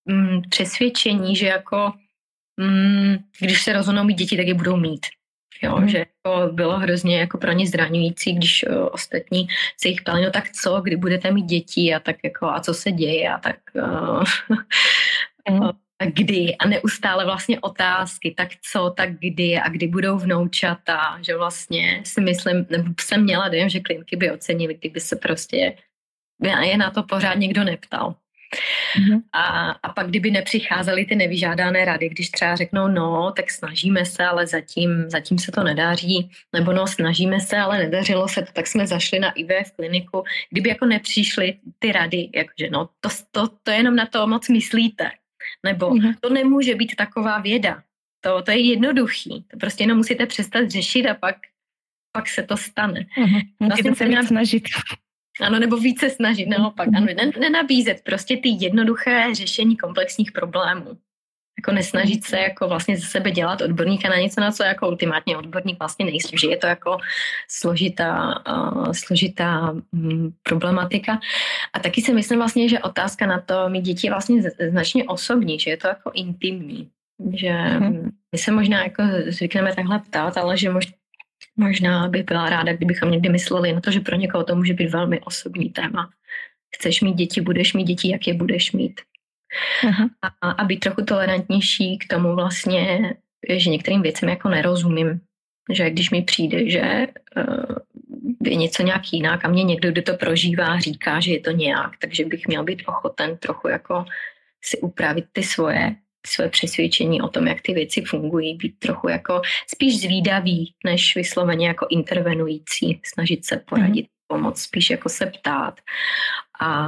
mm, přesvědčení, že jako mm, když se rozhodnou mít děti, tak je budou mít. Jo, mm. že jako bylo hrozně jako pro ně zraňující, když o, ostatní se jich ptali, no tak co, kdy budete mít děti a tak jako a co se děje a tak uh, mm. a kdy a neustále vlastně otázky, tak co, tak kdy a kdy budou vnoučata, že vlastně si myslím, nebo jsem měla dojem, že kliniky by ocenili, kdyby se prostě je na to pořád někdo neptal. Mm-hmm. A, a pak kdyby nepřicházely ty nevyžádané rady, když třeba řeknou, no, tak snažíme se, ale zatím, zatím se to nedaří, nebo no, snažíme se, ale nedařilo se to, tak jsme zašli na I V F kliniku. Kdyby jako nepřišly ty rady, jakože no, to, to, to jenom na to moc myslíte, nebo mm-hmm. to nemůže být taková věda, to, to je jednoduchý, to prostě jenom musíte přestat řešit a pak, pak se to stane. Mm-hmm. Vlastně se měla snažit. Ano, nebo více snažit, naopak. Ano, nenabízet prostě ty jednoduché řešení komplexních problémů. Jako nesnažit se jako vlastně ze sebe dělat odborníka na něco, na co jako ultimátně odborník vlastně nejsem, že je to jako složitá, uh, složitá um, problematika. A taky si myslím vlastně, že otázka na to mít děti je vlastně značně osobní, že je to jako intimní. Že hmm. my se možná jako zvykneme takhle ptát, ale že možná Možná bych byla ráda, kdybychom někdy mysleli na to, že pro někoho to může být velmi osobní téma. Chceš mít děti, budeš mít děti, jak je budeš mít. Uh-huh. A, a být trochu tolerantnější k tomu vlastně, že některým věcem jako nerozumím. Že když mi přijde, že uh, je něco nějak jinak a mě někdo, kdo to prožívá, říká, že je to nějak, takže bych měl být ochoten trochu jako si upravit ty svoje své přesvědčení o tom, jak ty věci fungují, být trochu jako spíš zvídavý, než vysloveně jako intervenující, snažit se poradit, mm. pomoct, spíš jako se ptát a,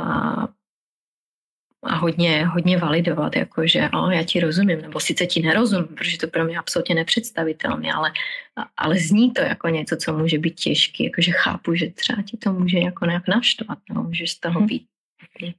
a hodně, hodně validovat, jakože o, já ti rozumím, nebo sice ti nerozumím, protože to pro mě absolutně nepředstavitelné, ale, ale zní to jako něco, co může být těžké, jakože chápu, že třeba ti to může jako nějak naštvat, no, může z toho být. Mm.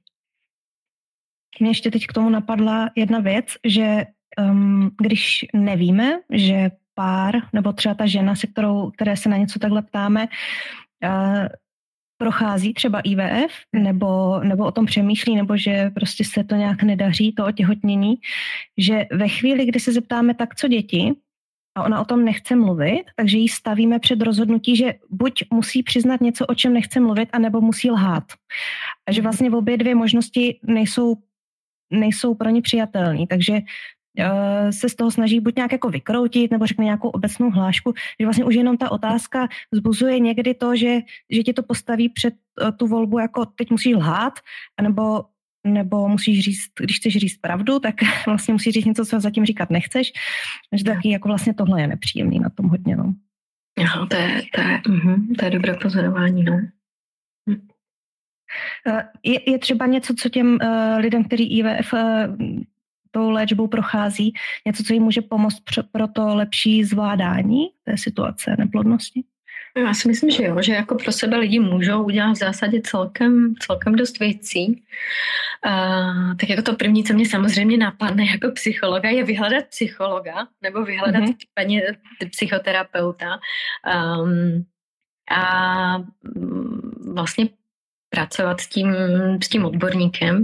Mě ještě teď k tomu napadla jedna věc, že um, když nevíme, že pár nebo třeba ta žena, se kterou, které se na něco takhle ptáme, uh, prochází třeba I V F nebo, nebo o tom přemýšlí, nebo že prostě se to nějak nedaří, to otěhotnění, že ve chvíli, kdy se zeptáme, tak co děti, a ona o tom nechce mluvit, takže ji stavíme před rozhodnutí, že buď musí přiznat něco, o čem nechce mluvit, anebo musí lhát. A že vlastně v obě dvě možnosti nejsou nejsou pro ně přijatelný, takže uh, se z toho snaží buď nějak jako vykroutit, nebo řekne nějakou obecnou hlášku, že vlastně už jenom ta otázka vzbuzuje někdy to, že, že ti to postaví před uh, tu volbu, jako teď musíš lhát, nebo, nebo musíš říct, když chceš říct pravdu, tak vlastně musíš říct něco, co zatím říkat nechceš, takže taky jako vlastně tohle je nepříjemný na tom hodně, no. Aha, to je, to je, uh-huh, to je dobré pozorování, no. Hm. Je, je třeba něco, co těm uh, lidem, kteří I V F uh, tou léčbou prochází, něco, co jim může pomoct pro, pro to lepší zvládání té situace neplodnosti? Já si myslím, že jo, že jako pro sebe lidi můžou udělat v zásadě celkem, celkem dost věcí. Uh, tak jako to první, co mě samozřejmě napadne jako psychologa, je vyhledat psychologa nebo vyhledat mm-hmm. paní psychoterapeuta um, a vlastně pracovat s tím, s tím odborníkem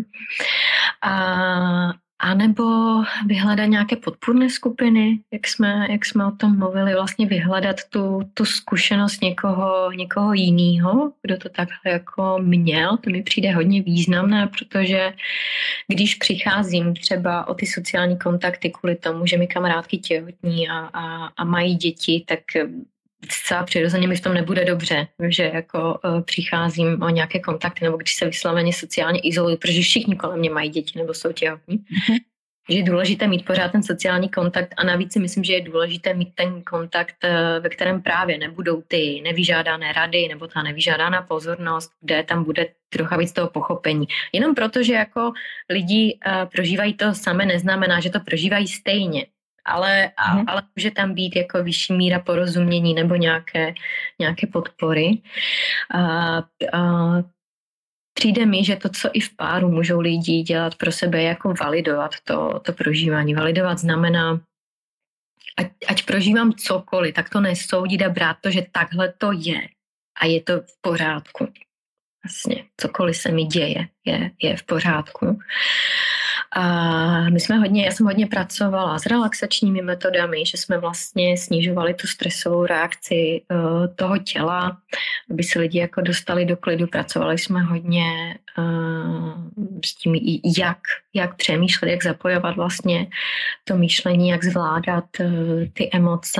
a, a nebo vyhledat nějaké podpůrné skupiny, jak jsme, jak jsme o tom mluvili, vlastně vyhledat tu, tu zkušenost někoho, někoho jiného, kdo to takhle jako měl. To mi přijde hodně významné, protože když přicházím třeba o ty sociální kontakty kvůli tomu, že mi kamarádky těhotní a, a, a mají děti, tak zcela přirozeně mi v tom nebude dobře, že jako uh, přicházím o nějaké kontakty, nebo když se vysloveně sociálně izoluju, protože všichni kolem mě mají děti nebo jsou těhotní. Mm-hmm. Že je důležité mít pořád ten sociální kontakt a navíc si myslím, že je důležité mít ten kontakt, uh, ve kterém právě nebudou ty nevyžádané rady nebo ta nevyžádaná pozornost, kde tam bude trocha víc toho pochopení. Jenom proto, že jako lidi uh, prožívají to samé, neznamená, že to prožívají stejně. Ale, a, mm. ale může tam být jako vyšší míra porozumění nebo nějaké, nějaké podpory. A, a přijde mi, že to, co i v páru můžou lidi dělat pro sebe, je jako validovat to, to prožívání. Validovat znamená, ať, ať prožívám cokoliv, tak to nesoudit a brát to, že takhle to je a je to v pořádku. Vlastně cokoliv se mi děje, je, je v pořádku. A my jsme hodně, já jsem hodně pracovala s relaxačními metodami, že jsme vlastně snižovali tu stresovou reakci uh, toho těla, aby se lidi jako dostali do klidu. Pracovali jsme hodně uh, s tím, jak, jak přemýšlet, jak zapojovat vlastně to myšlení, jak zvládat uh, ty emoce.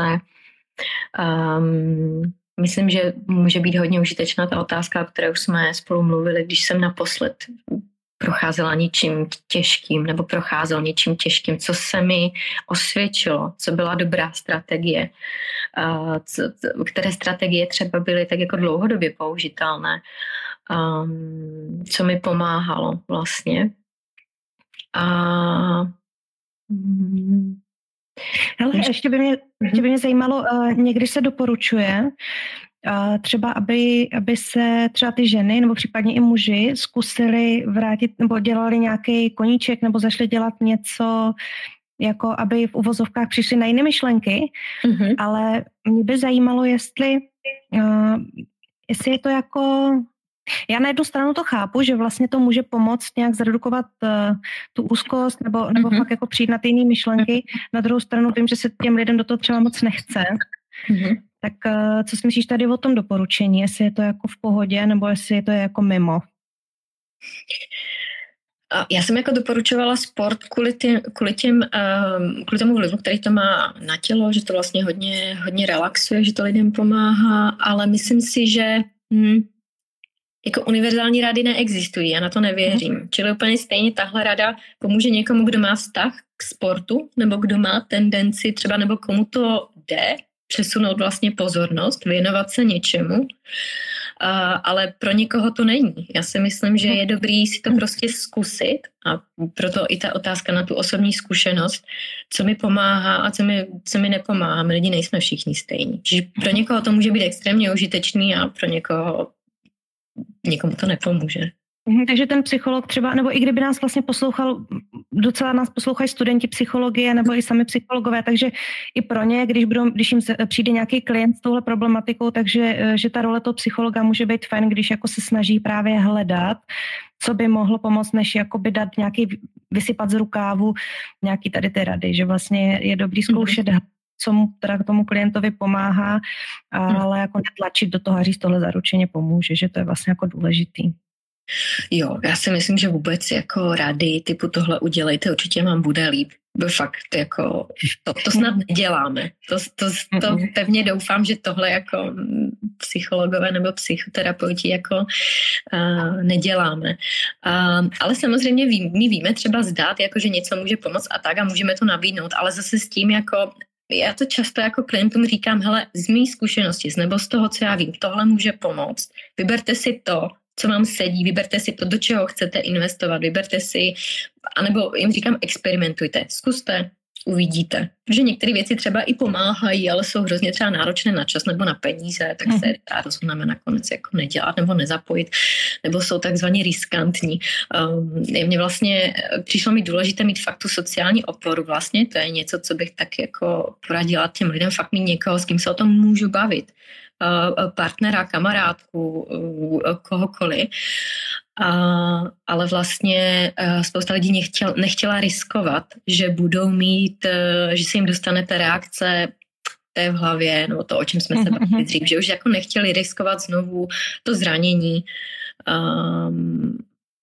Um, myslím, že může být hodně užitečná ta otázka, o které už jsme spolu mluvili, když jsem naposled procházela něčím těžkým nebo procházel něčím těžkým, co se mi osvědčilo, co byla dobrá strategie, co, které strategie třeba byly tak jako dlouhodobě použitelné, um, co mi pomáhalo vlastně. A mm, Hele, ještě by mě, ještě by mě zajímalo, uh, někdy se doporučuje, uh, třeba aby, aby se třeba ty ženy nebo případně i muži zkusili vrátit nebo dělali nějaký koníček nebo zašli dělat něco, jako aby v uvozovkách přišli na jiné myšlenky, mm-hmm. ale mě by zajímalo, jestli, uh, jestli je to jako... Já na jednu stranu to chápu, že vlastně to může pomoct nějak zredukovat uh, tu úzkost nebo, nebo mm-hmm. fakt jako přijít na ty jiné myšlenky. Na druhou stranu vím, že se těm lidem do toho třeba moc nechce. Mm-hmm. Tak uh, co si myslíš tady o tom doporučení? Jestli je to jako v pohodě nebo jestli je to jako mimo? Já jsem jako doporučovala sport kvůli, tě, kvůli, těm, um, kvůli tomu vlivu, který to má na tělo, že to vlastně hodně, hodně relaxuje, že to lidem pomáhá, ale myslím si, že... Hm, jako univerzální rady neexistují, já na to nevěřím. Mm. Čili úplně stejně tahle rada pomůže někomu, kdo má vztah k sportu, nebo kdo má tendenci třeba, nebo komu to jde, přesunout vlastně pozornost, věnovat se něčemu, uh, ale pro někoho to není. Já si myslím, že je dobrý si to prostě zkusit a proto i ta otázka na tu osobní zkušenost, co mi pomáhá a co mi, co mi nepomáhá. My lidi nejsme všichni stejní. Čiže pro někoho to může být extrémně užitečný a pro někoho nikomu to nepomůže. Takže ten psycholog třeba, nebo i kdyby nás vlastně poslouchal, docela nás poslouchají studenti psychologie nebo i sami psychologové, takže i pro ně, když, budou, když jim přijde nějaký klient s touhle problematikou, takže že ta role toho psychologa může být fajn, když jako se snaží právě hledat, co by mohlo pomoct, než jakoby dát nějaký, vysypat z rukávu nějaký tady ty rady, že vlastně je dobrý zkoušet mm-hmm. co mu teda tomu klientovi pomáhá, ale jako netlačit do toho a říct, tohle zaručeně pomůže, že to je vlastně jako důležitý. Jo, já si myslím, že vůbec jako rady typu tohle udělejte, určitě vám bude líp. Bo fakt jako, to, to snad neděláme. To, to, to pevně doufám, že tohle jako psychologové nebo psychoterapeuti jako uh, neděláme. Uh, ale samozřejmě ví, my víme třeba zdát, jako, že něco může pomoct a tak a můžeme to nabídnout, ale zase s tím jako já to často jako klientům říkám, hele, z mý zkušenosti, nebo z toho, co já vím, tohle může pomoct. Vyberte si to, co vám sedí, vyberte si to, do čeho chcete investovat, vyberte si, anebo jim říkám, experimentujte, zkuste, uvidíte. Protože některé věci třeba i pomáhají, ale jsou hrozně třeba náročné na čas nebo na peníze, tak se dá rozhodneme nakonec jako nedělat nebo nezapojit, nebo jsou takzvaně riskantní. Um, mně vlastně přišlo mi důležité mít fakt tu sociální oporu vlastně, to je něco, co bych tak jako poradila těm lidem, fakt mít někoho, s kým se o tom můžu bavit. Uh, partnera, kamarádku, uh, kohokoliv. Uh, ale vlastně uh, spousta lidí nechtěl, nechtěla riskovat, že budou mít, uh, že se jim dostane ta reakce té v hlavě, nebo to, o čem jsme se bavili dřív, že už jako nechtěli riskovat znovu to zranění. Um,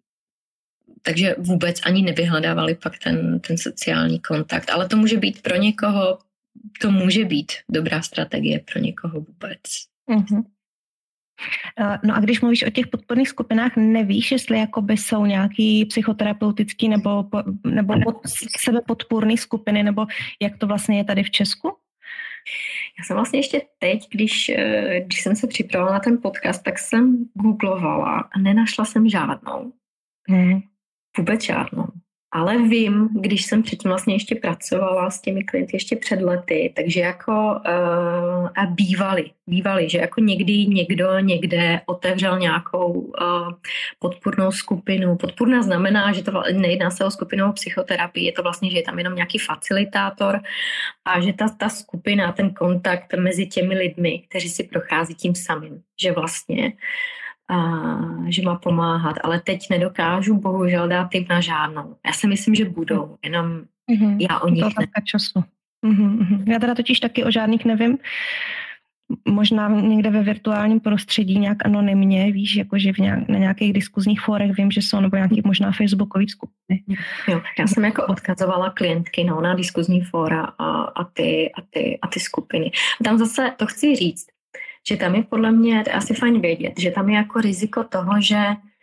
takže vůbec ani nevyhledávali pak ten, ten sociální kontakt. Ale to může být pro někoho, to může být dobrá strategie pro někoho vůbec. Uh-huh. No a když mluvíš o těch podporných skupinách, nevíš, jestli jakoby jsou nějaký psychoterapeutický nebo, nebo pod, sebepodpůrný skupiny, nebo jak to vlastně je tady v Česku? Já jsem vlastně ještě teď, když, když jsem se připravovala na ten podcast, tak jsem googlovala a nenašla jsem žádnou. Hmm. Vůbec žádnou. Ale vím, když jsem předtím vlastně ještě pracovala s těmi klienty ještě před lety, takže jako uh, a bývali, bývali, že jako někdy někdo někde otevřel nějakou uh, podpůrnou skupinu. Podpůrná znamená, že to nejedná se o skupinovou psychoterapii, je to vlastně, že je tam jenom nějaký facilitátor a že ta, ta skupina, ten kontakt mezi těmi lidmi, kteří si prochází tím samým, že vlastně a že má pomáhat, ale teď nedokážu bohužel dát tip na žádnou. Já si myslím, že budou, jenom mm-hmm. já o nich ne. času. Mm-hmm. Já teda totiž taky o žádných nevím. Možná někde ve virtuálním prostředí nějak anonymně, víš, jakože v nějak, na nějakých diskuzních fórech vím, že jsou, nebo nějaký možná facebookový skupiny. Jo, já jsem jako odkazovala klientky no, na diskuzní fóra a, a, ty, a, ty, a ty skupiny. A tam zase to chci říct, že tam je podle mě, to je asi fajn vědět, že tam je jako riziko toho, že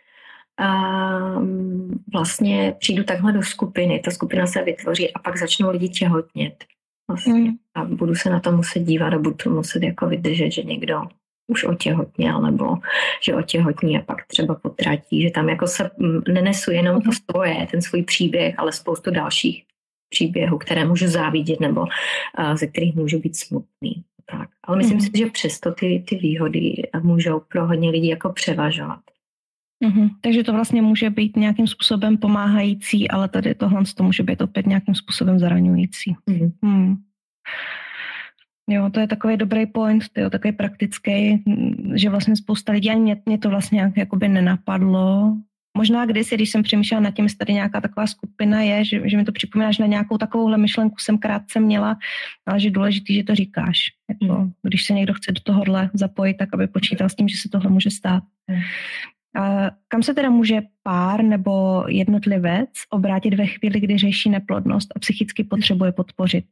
um, vlastně přijdu takhle do skupiny, ta skupina se vytvoří a pak začnou lidi těhotnět. Vlastně. Mm. A budu se na to muset dívat a budu to muset jako vydržet, že někdo už otěhotněl nebo že otěhotní a pak třeba potratí, že tam jako se nenesu jenom to svoje, ten svůj příběh, ale spoustu dalších příběhů, které můžu závidět nebo uh, ze kterých můžu být smutný. Tak. Ale myslím mm. si, že přesto ty, ty výhody můžou pro hodně lidí jako převažovat. Mm-hmm. Takže to vlastně může být nějakým způsobem pomáhající, ale tady tohle to může být opět nějakým způsobem zraňující. Mm-hmm. Mm. Jo, to je takový dobrý point, to je takový praktický, že vlastně spousta lidí, ani mě, mě to vlastně nějak jakoby nenapadlo. Možná kdysi, když jsem přemýšlela nad tím, jestli tady nějaká taková skupina je, že, že mi to připomíná, že na nějakou takovouhle myšlenku jsem krátce měla, ale že je důležitý, že to říkáš. Jako, mm. Když se někdo chce do tohohle zapojit, tak aby počítal s tím, že se tohle může stát. Mm. A kam se teda může pár nebo jednotlivec obrátit ve chvíli, kdy řeší neplodnost a psychicky potřebuje podpořit?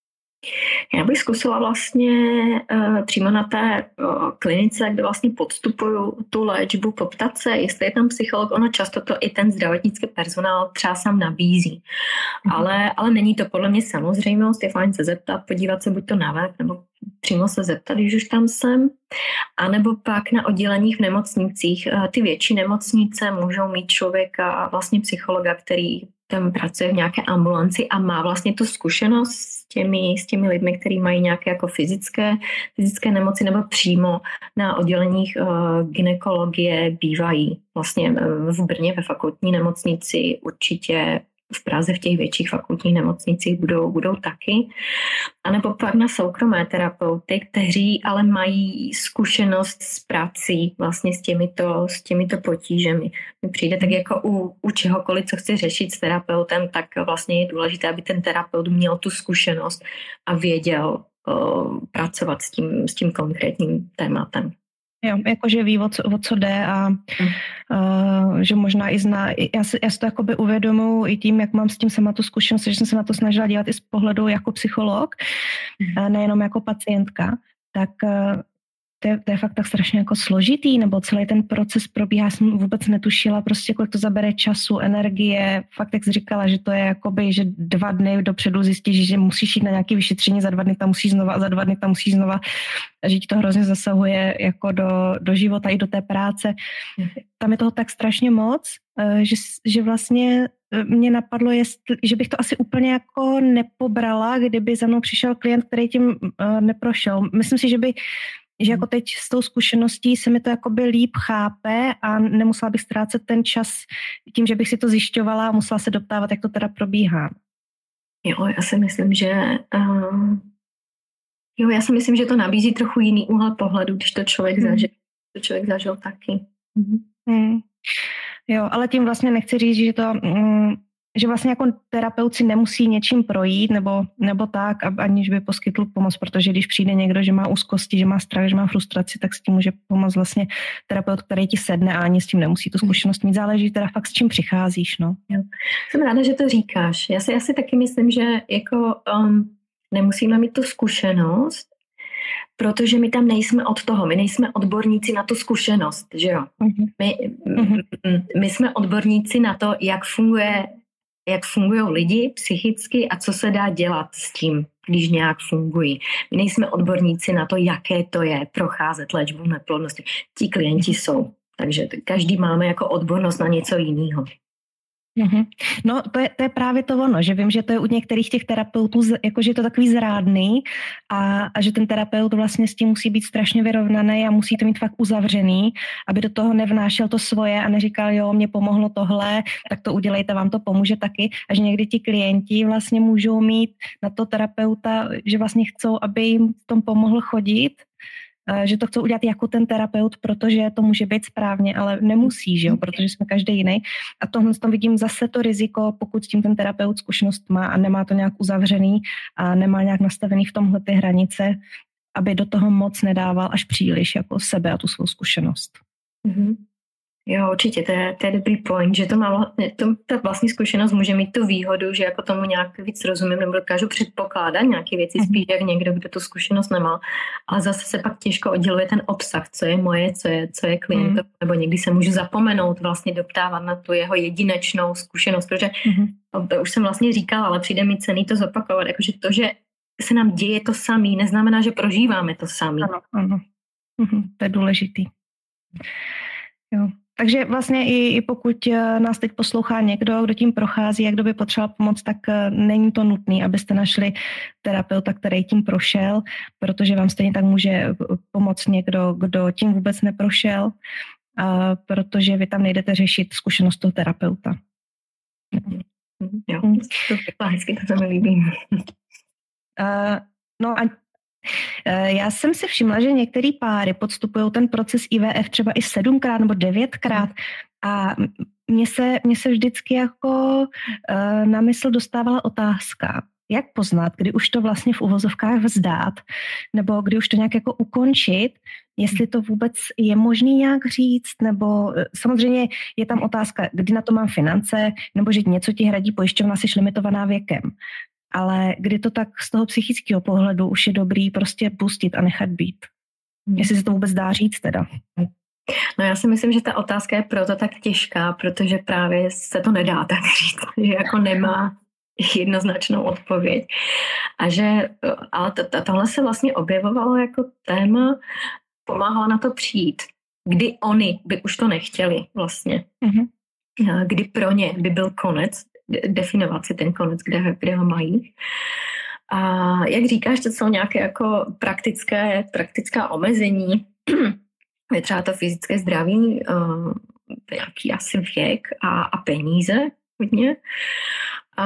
Já bych zkusila vlastně uh, přímo na té uh, klinice, kde vlastně podstupuju tu léčbu, poptat se, jestli je tam psycholog, ono často to i ten zdravotnický personál třeba sám nabízí. Mm. Ale, ale není to podle mě samozřejmost, je fajn se zeptat, podívat se buď to na web, nebo přímo se zeptat, když už tam jsem. A nebo pak na odděleních v nemocnicích. Ty větší nemocnice můžou mít člověka, vlastně psychologa, který tam pracuje v nějaké ambulanci a má vlastně tu zkušenost s těmi, s těmi lidmi, kteří mají nějaké jako fyzické, fyzické nemoci nebo přímo na odděleních uh, gynekologie bývají. Vlastně v Brně ve fakultní nemocnici určitě v Praze v těch větších fakultních nemocnicích budou, budou taky. A nebo pak na soukromé terapeuty, kteří ale mají zkušenost s prací vlastně s těmito, s těmito potížemi. Mi přijde tak jako u, u čehokoliv, co chci řešit s terapeutem, tak vlastně je důležité, aby ten terapeut měl tu zkušenost a věděl uh, pracovat s tím, s tím konkrétním tématem. Jo, jakože ví, o co, o co jde a mm. uh, že možná i zná, já si, já si to jakoby uvědomuji i tím, jak mám s tím sama tu zkušenost, že jsem se na to snažila dívat i z pohledu jako psycholog, mm. nejenom jako pacientka, tak uh, to je, to je fakt tak strašně jako složitý, nebo celý ten proces probíhá, jsem vůbec netušila prostě, kolik to zabere času, energie, fakt jak jsi říkala, že to je jakoby, že dva dny dopředu zjistíš, že musíš jít na nějaké vyšetření, za dva dny tam musíš znova a za dva dny tam musíš znova, a že ti to hrozně zasahuje jako do, do života i do té práce. Tam je toho tak strašně moc, že, že vlastně mě napadlo, jestli, že bych to asi úplně jako nepobrala, kdyby za mnou přišel klient, který tím uh, neprošel. Myslím si, že by že jako teď s tou zkušeností se mi to jakoby líp chápe a nemusela bych ztrácet ten čas tím, že bych si to zjišťovala a musela se doptávat, jak to teda probíhá. Jo, já si myslím, že uh, jo, já si myslím, že to nabízí trochu jiný úhel pohledu, když to člověk hmm. zažil. To člověk zažil taky. Hmm. Jo, ale tím vlastně nechci říct, že to... Um, že vlastně jako terapeut si nemusí něčím projít nebo, nebo tak, aniž by poskytl pomoc, protože když přijde někdo, že má úzkosti, že má strach, že má frustraci, tak s tím může pomoct vlastně terapeut, který ti sedne a ani s tím nemusí tu zkušenost mít. Záleží teda fakt, s čím přicházíš. No. Jo. Jsem ráda, že to říkáš. Já si, já si taky myslím, že jako um, nemusíme mít tu zkušenost, protože my tam nejsme od toho, my nejsme odborníci na tu zkušenost, že jo? My, my jsme odborníci na to, jak funguje jak fungují lidi psychicky a co se dá dělat s tím, když nějak fungují. My nejsme odborníci na to, jaké to je procházet léčbou neplodnosti. Ti klienti jsou, takže každý máme jako odbornost na něco jiného. Mm-hmm. No to je, to je právě to ono, že vím, že to je u některých těch terapeutů, jakože je to takový zrádný a, a že ten terapeut vlastně s tím musí být strašně vyrovnaný a musí to mít fakt uzavřený, aby do toho nevnášel to svoje a neříkal, jo, mě pomohlo tohle, tak to udělejte, vám to pomůže taky. A že někdy ti klienti vlastně můžou mít na to terapeuta, že vlastně chcou, aby jim v tom pomohl chodit, že to chcou udělat jako ten terapeut, protože to může být správně, ale nemusí, že jo, protože jsme každý jiný. A tohle tom vidím zase to riziko, pokud s tím ten terapeut zkušenost má a nemá to nějak uzavřený a nemá nějak nastavený v tomhle ty hranice, aby do toho moc nedával až příliš jako sebe a tu svou zkušenost. Mm-hmm. Jo, určitě, to je, to je dobrý point, že to má, to, ta vlastní zkušenost může mít tu výhodu, že jako tomu nějak víc rozumím nebo dokážu předpokládat nějaké věci mm-hmm. spíš jak někdo, kdo tu zkušenost nemá, ale zase se pak těžko odděluje ten obsah, co je moje, co je, co je klient, mm-hmm. nebo někdy se můžu zapomenout vlastně doptávat na tu jeho jedinečnou zkušenost, protože mm-hmm. to už jsem vlastně říkala, ale přijde mi cený to zopakovat, jakože to, že se nám děje to samý, neznamená, že prožíváme to samý. Ano, ano. Mhm, to je důležitý. Jo. Takže vlastně i, i pokud nás teď poslouchá někdo, kdo tím prochází a kdo by potřeboval pomoct, tak není to nutné, abyste našli terapeuta, který tím prošel, protože vám stejně tak může pomoct někdo, kdo tím vůbec neprošel, a protože vy tam nejdete řešit zkušenost toho terapeuta. Jo, to je hezky, to se mi líbí. Uh, no a já jsem si všimla, že některé páry podstupují ten proces I V F třeba i sedmkrát nebo devětkrát a mně se, mně se vždycky jako uh, na mysl dostávala otázka, jak poznat, kdy už to vlastně v uvozovkách vzdát, nebo kdy už to nějak jako ukončit, jestli to vůbec je možný nějak říct, nebo samozřejmě je tam otázka, kdy na to mám finance, nebo že něco ti hradí pojišťovna, jsi limitovaná věkem. Ale kdy to tak z toho psychického pohledu už je dobrý prostě pustit a nechat být. Hmm. Jestli se to vůbec dá říct teda. No já si myslím, že ta otázka je proto tak těžká, protože právě se to nedá tak říct, že jako nemá jednoznačnou odpověď. A že, ale to, to, tohle se vlastně objevovalo jako téma, pomáhalo na to přijít. Kdy oni by už to nechtěli vlastně. Hmm. Kdy pro ně by byl konec, definovat si ten konec, kde, kde ho mají. A jak říkáš, to jsou nějaké jako praktické, praktická omezení, je třeba to fyzické zdraví, uh, nějaký asi věk a, a peníze hodně. A,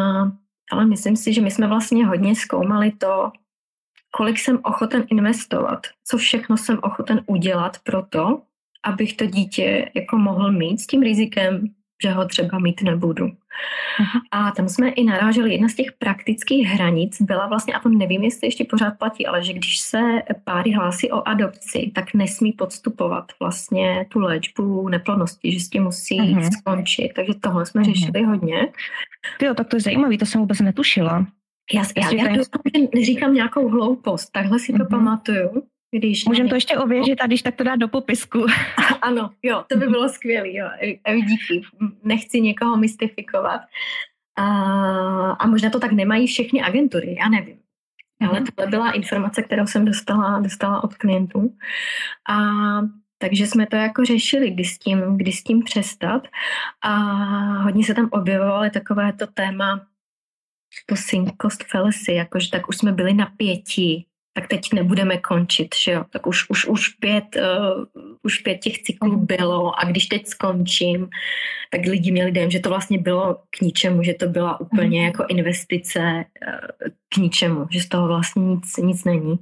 ale myslím si, že my jsme vlastně hodně zkoumali to, kolik jsem ochoten investovat, co všechno jsem ochoten udělat pro to, abych to dítě jako mohl mít s tím rizikem, že ho třeba mít nebudu. Aha. A tam jsme i naráželi, jedna z těch praktických hranic byla vlastně, a to nevím, jestli ještě pořád platí, ale že když se páry hlásí o adopci, tak nesmí podstupovat vlastně tu léčbu neplodnosti, že s tím musí Aha. skončit. Takže tohle jsme Aha. řešili hodně. Tyjo, tak to je zajímavý, to jsem vůbec netušila. Já, já, já, já neříkám nějakou hloupost, takhle si to Aha. pamatuju. Můžeme to ještě ověřit a když tak to dát do popisku. Ano, jo, to by bylo skvělé. Díky, nechci někoho mystifikovat. A, a možná to tak nemají všechny agentury, já nevím. Ale tohle byla informace, kterou jsem dostala, dostala od klientů. A takže jsme to jako řešili, kdy s tím, kdy s tím přestat. A hodně se tam objevovalo takové to téma to sink cost fallacy, jakože tak už jsme byli na pěti, tak teď nebudeme končit, že jo, tak už, už, už, pět, uh, už pět těch cyklů bylo a když teď skončím, tak lidi měli dojem, že to vlastně bylo k ničemu, že to byla úplně jako investice uh, k ničemu, že z toho vlastně nic, nic není.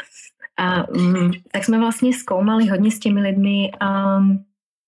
A um, tak jsme vlastně zkoumali hodně s těmi lidmi a um,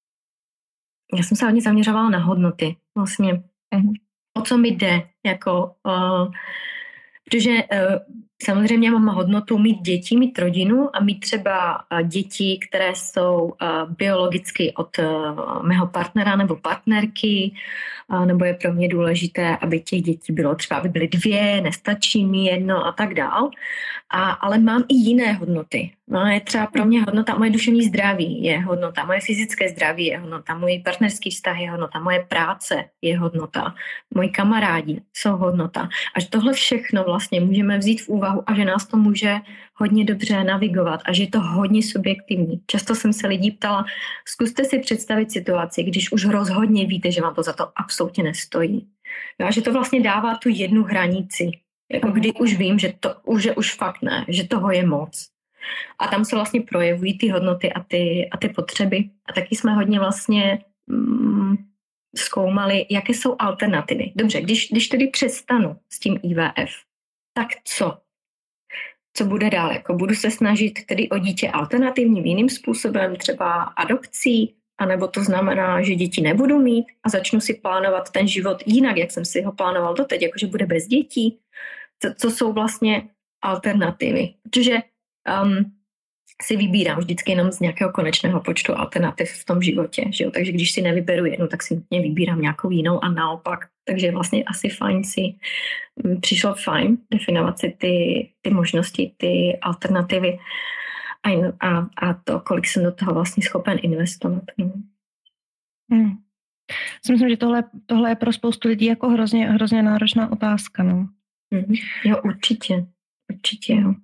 já jsem se hodně zaměřovala na hodnoty, vlastně o co mi jde, jako uh, protože uh, samozřejmě mám hodnotu mít děti, mít rodinu a mít třeba děti, které jsou biologicky od mého partnera nebo partnerky, nebo je pro mě důležité, aby těch dětí bylo třeba, aby byly dvě, nestačí mi jedno a tak dál. A, ale mám i jiné hodnoty. No, je třeba pro mě hodnota, moje duševní zdraví je hodnota, moje fyzické zdraví je hodnota, můj partnerský vztah je hodnota, moje práce je hodnota, moji kamarádi jsou hodnota. Až tohle všechno vlastně můžeme vzít v úvahu a že nás to může hodně dobře navigovat a že je to hodně subjektivní. Často jsem se lidí ptala, zkuste si představit situaci, když už rozhodně víte, že vám to za to absolutně nestojí. No a že to vlastně dává tu jednu hranici, jako kdy už vím, že to už je už fakt ne, že toho je moc. A tam se vlastně projevují ty hodnoty a ty, a ty potřeby. A taky jsme hodně vlastně mm, zkoumali, jaké jsou alternativy. Dobře, když, když tedy přestanu s tím I V F, tak co? co bude dál. Jako budu se snažit tedy o dítě alternativním jiným způsobem, třeba adopcí, anebo to znamená, že děti nebudu mít a začnu si plánovat ten život jinak, jak jsem si ho plánoval doteď, jakože bude bez dětí. Co, co jsou vlastně alternativy? Protože um, si vybírám vždycky jenom z nějakého konečného počtu alternativ v tom životě. Že jo? Takže když si nevyberu jednu, tak si nutně vybírám nějakou jinou a naopak. Takže vlastně asi fajn si, přišlo fajn definovat si ty, ty možnosti, ty alternativy a, a, a to, kolik jsem do toho vlastně schopen investovat. No. Hmm. Myslím, že tohle, tohle je pro spoustu lidí jako hrozně, hrozně náročná otázka. No. Hmm. Jo, určitě. Určitě, jo.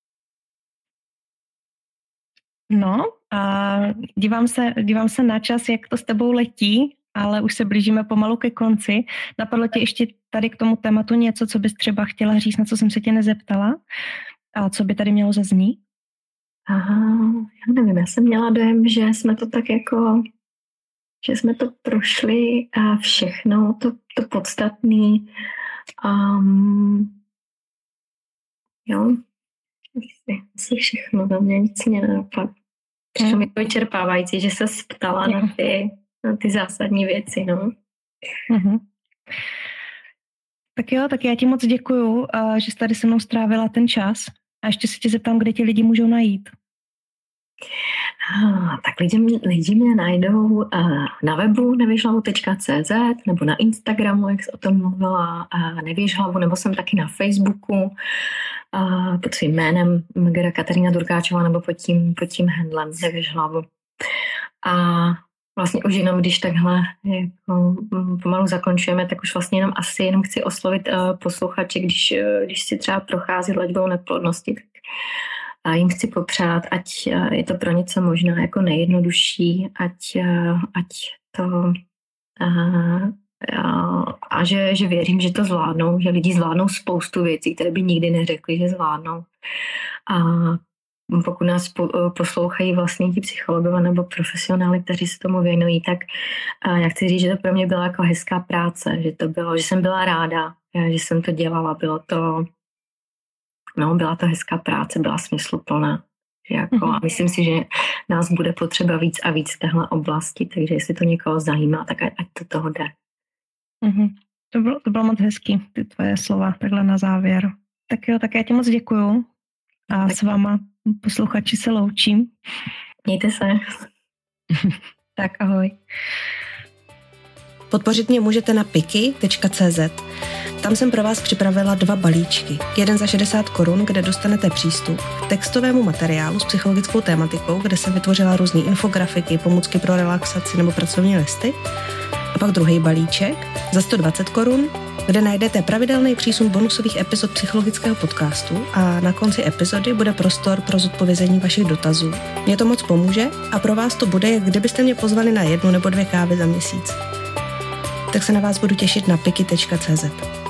No a dívám se, dívám se na čas, jak to s tebou letí, ale už se blížíme pomalu ke konci. Napadlo tě ještě tady k tomu tématu něco, co bys třeba chtěla říct, na co jsem se tě nezeptala? A co by tady mělo zaznít? Aha, já nevím, já jsem měla dojem, že jsme to tak jako, že jsme to prošli a všechno, to, to podstatné. Um, jo, asi všechno, za mě nic mě nenapadlo. Přišlo mi to vyčerpávající, že se ptala na ty, na ty zásadní věci, no. Uh-huh. Tak jo, tak já ti moc děkuju, že jsi tady se mnou strávila ten čas. A ještě se tě zeptám, kde ti lidi můžou najít. Ah, tak lidi, lidi mě najdou uh, na webu nevěžhlavu tečka cé zet nebo na Instagramu, jak jsi o tom mluvila, uh, Nevěžhlavu, nebo jsem taky na Facebooku uh, pod svým jménem Megera Kateřina Durkáčová nebo pod tím, pod tím handlem Nevěžhlavu. A vlastně už jenom, když takhle jako pomalu zakončujeme, tak už vlastně jenom asi jenom chci oslovit uh, posluchače, když, uh, když si třeba prochází léčbou neplodnosti, tak a jim chci popřát, ať uh, je to pro něco možná jako nejjednodušší, ať, uh, ať to uh, uh, a že, že věřím, že to zvládnou, že lidi zvládnou spoustu věcí, které by nikdy neřekli, že zvládnou. A pokud nás poslouchají vlastně ti psychologové nebo profesionály, kteří se tomu věnují, tak já chci říct, že to pro mě byla jako hezká práce, že to bylo, že jsem byla ráda, že jsem to dělala, bylo to, no, byla to hezká práce, byla smysluplná. Jako, mm-hmm. A myslím si, že nás bude potřeba víc a víc v téhle oblasti, takže jestli to někoho zajímá, tak ať to toho jde. Mm-hmm. To bylo, to bylo moc hezký, ty tvoje slova, takhle na závěr. Tak jo, tak já ti moc děkuju a tak s váma posluchači se loučím. Mějte se. Tak ahoj. Podpořit mě můžete na piky tečka cé zet. Tam jsem pro vás připravila dva balíčky. Jeden za šedesát korun, kde dostanete přístup k textovému materiálu s psychologickou tématikou, kde jsem vytvořila různé infografiky, pomůcky pro relaxaci nebo pracovní listy. A pak druhý balíček za sto dvacet korun, kde najdete pravidelný přísun bonusových epizod psychologického podcastu a na konci epizody bude prostor pro zodpovězení vašich dotazů. Mě to moc pomůže a pro vás to bude, jak kdybyste mě pozvali na jednu nebo dvě kávy za měsíc. Tak se na vás budu těšit na piky tečka cé zet.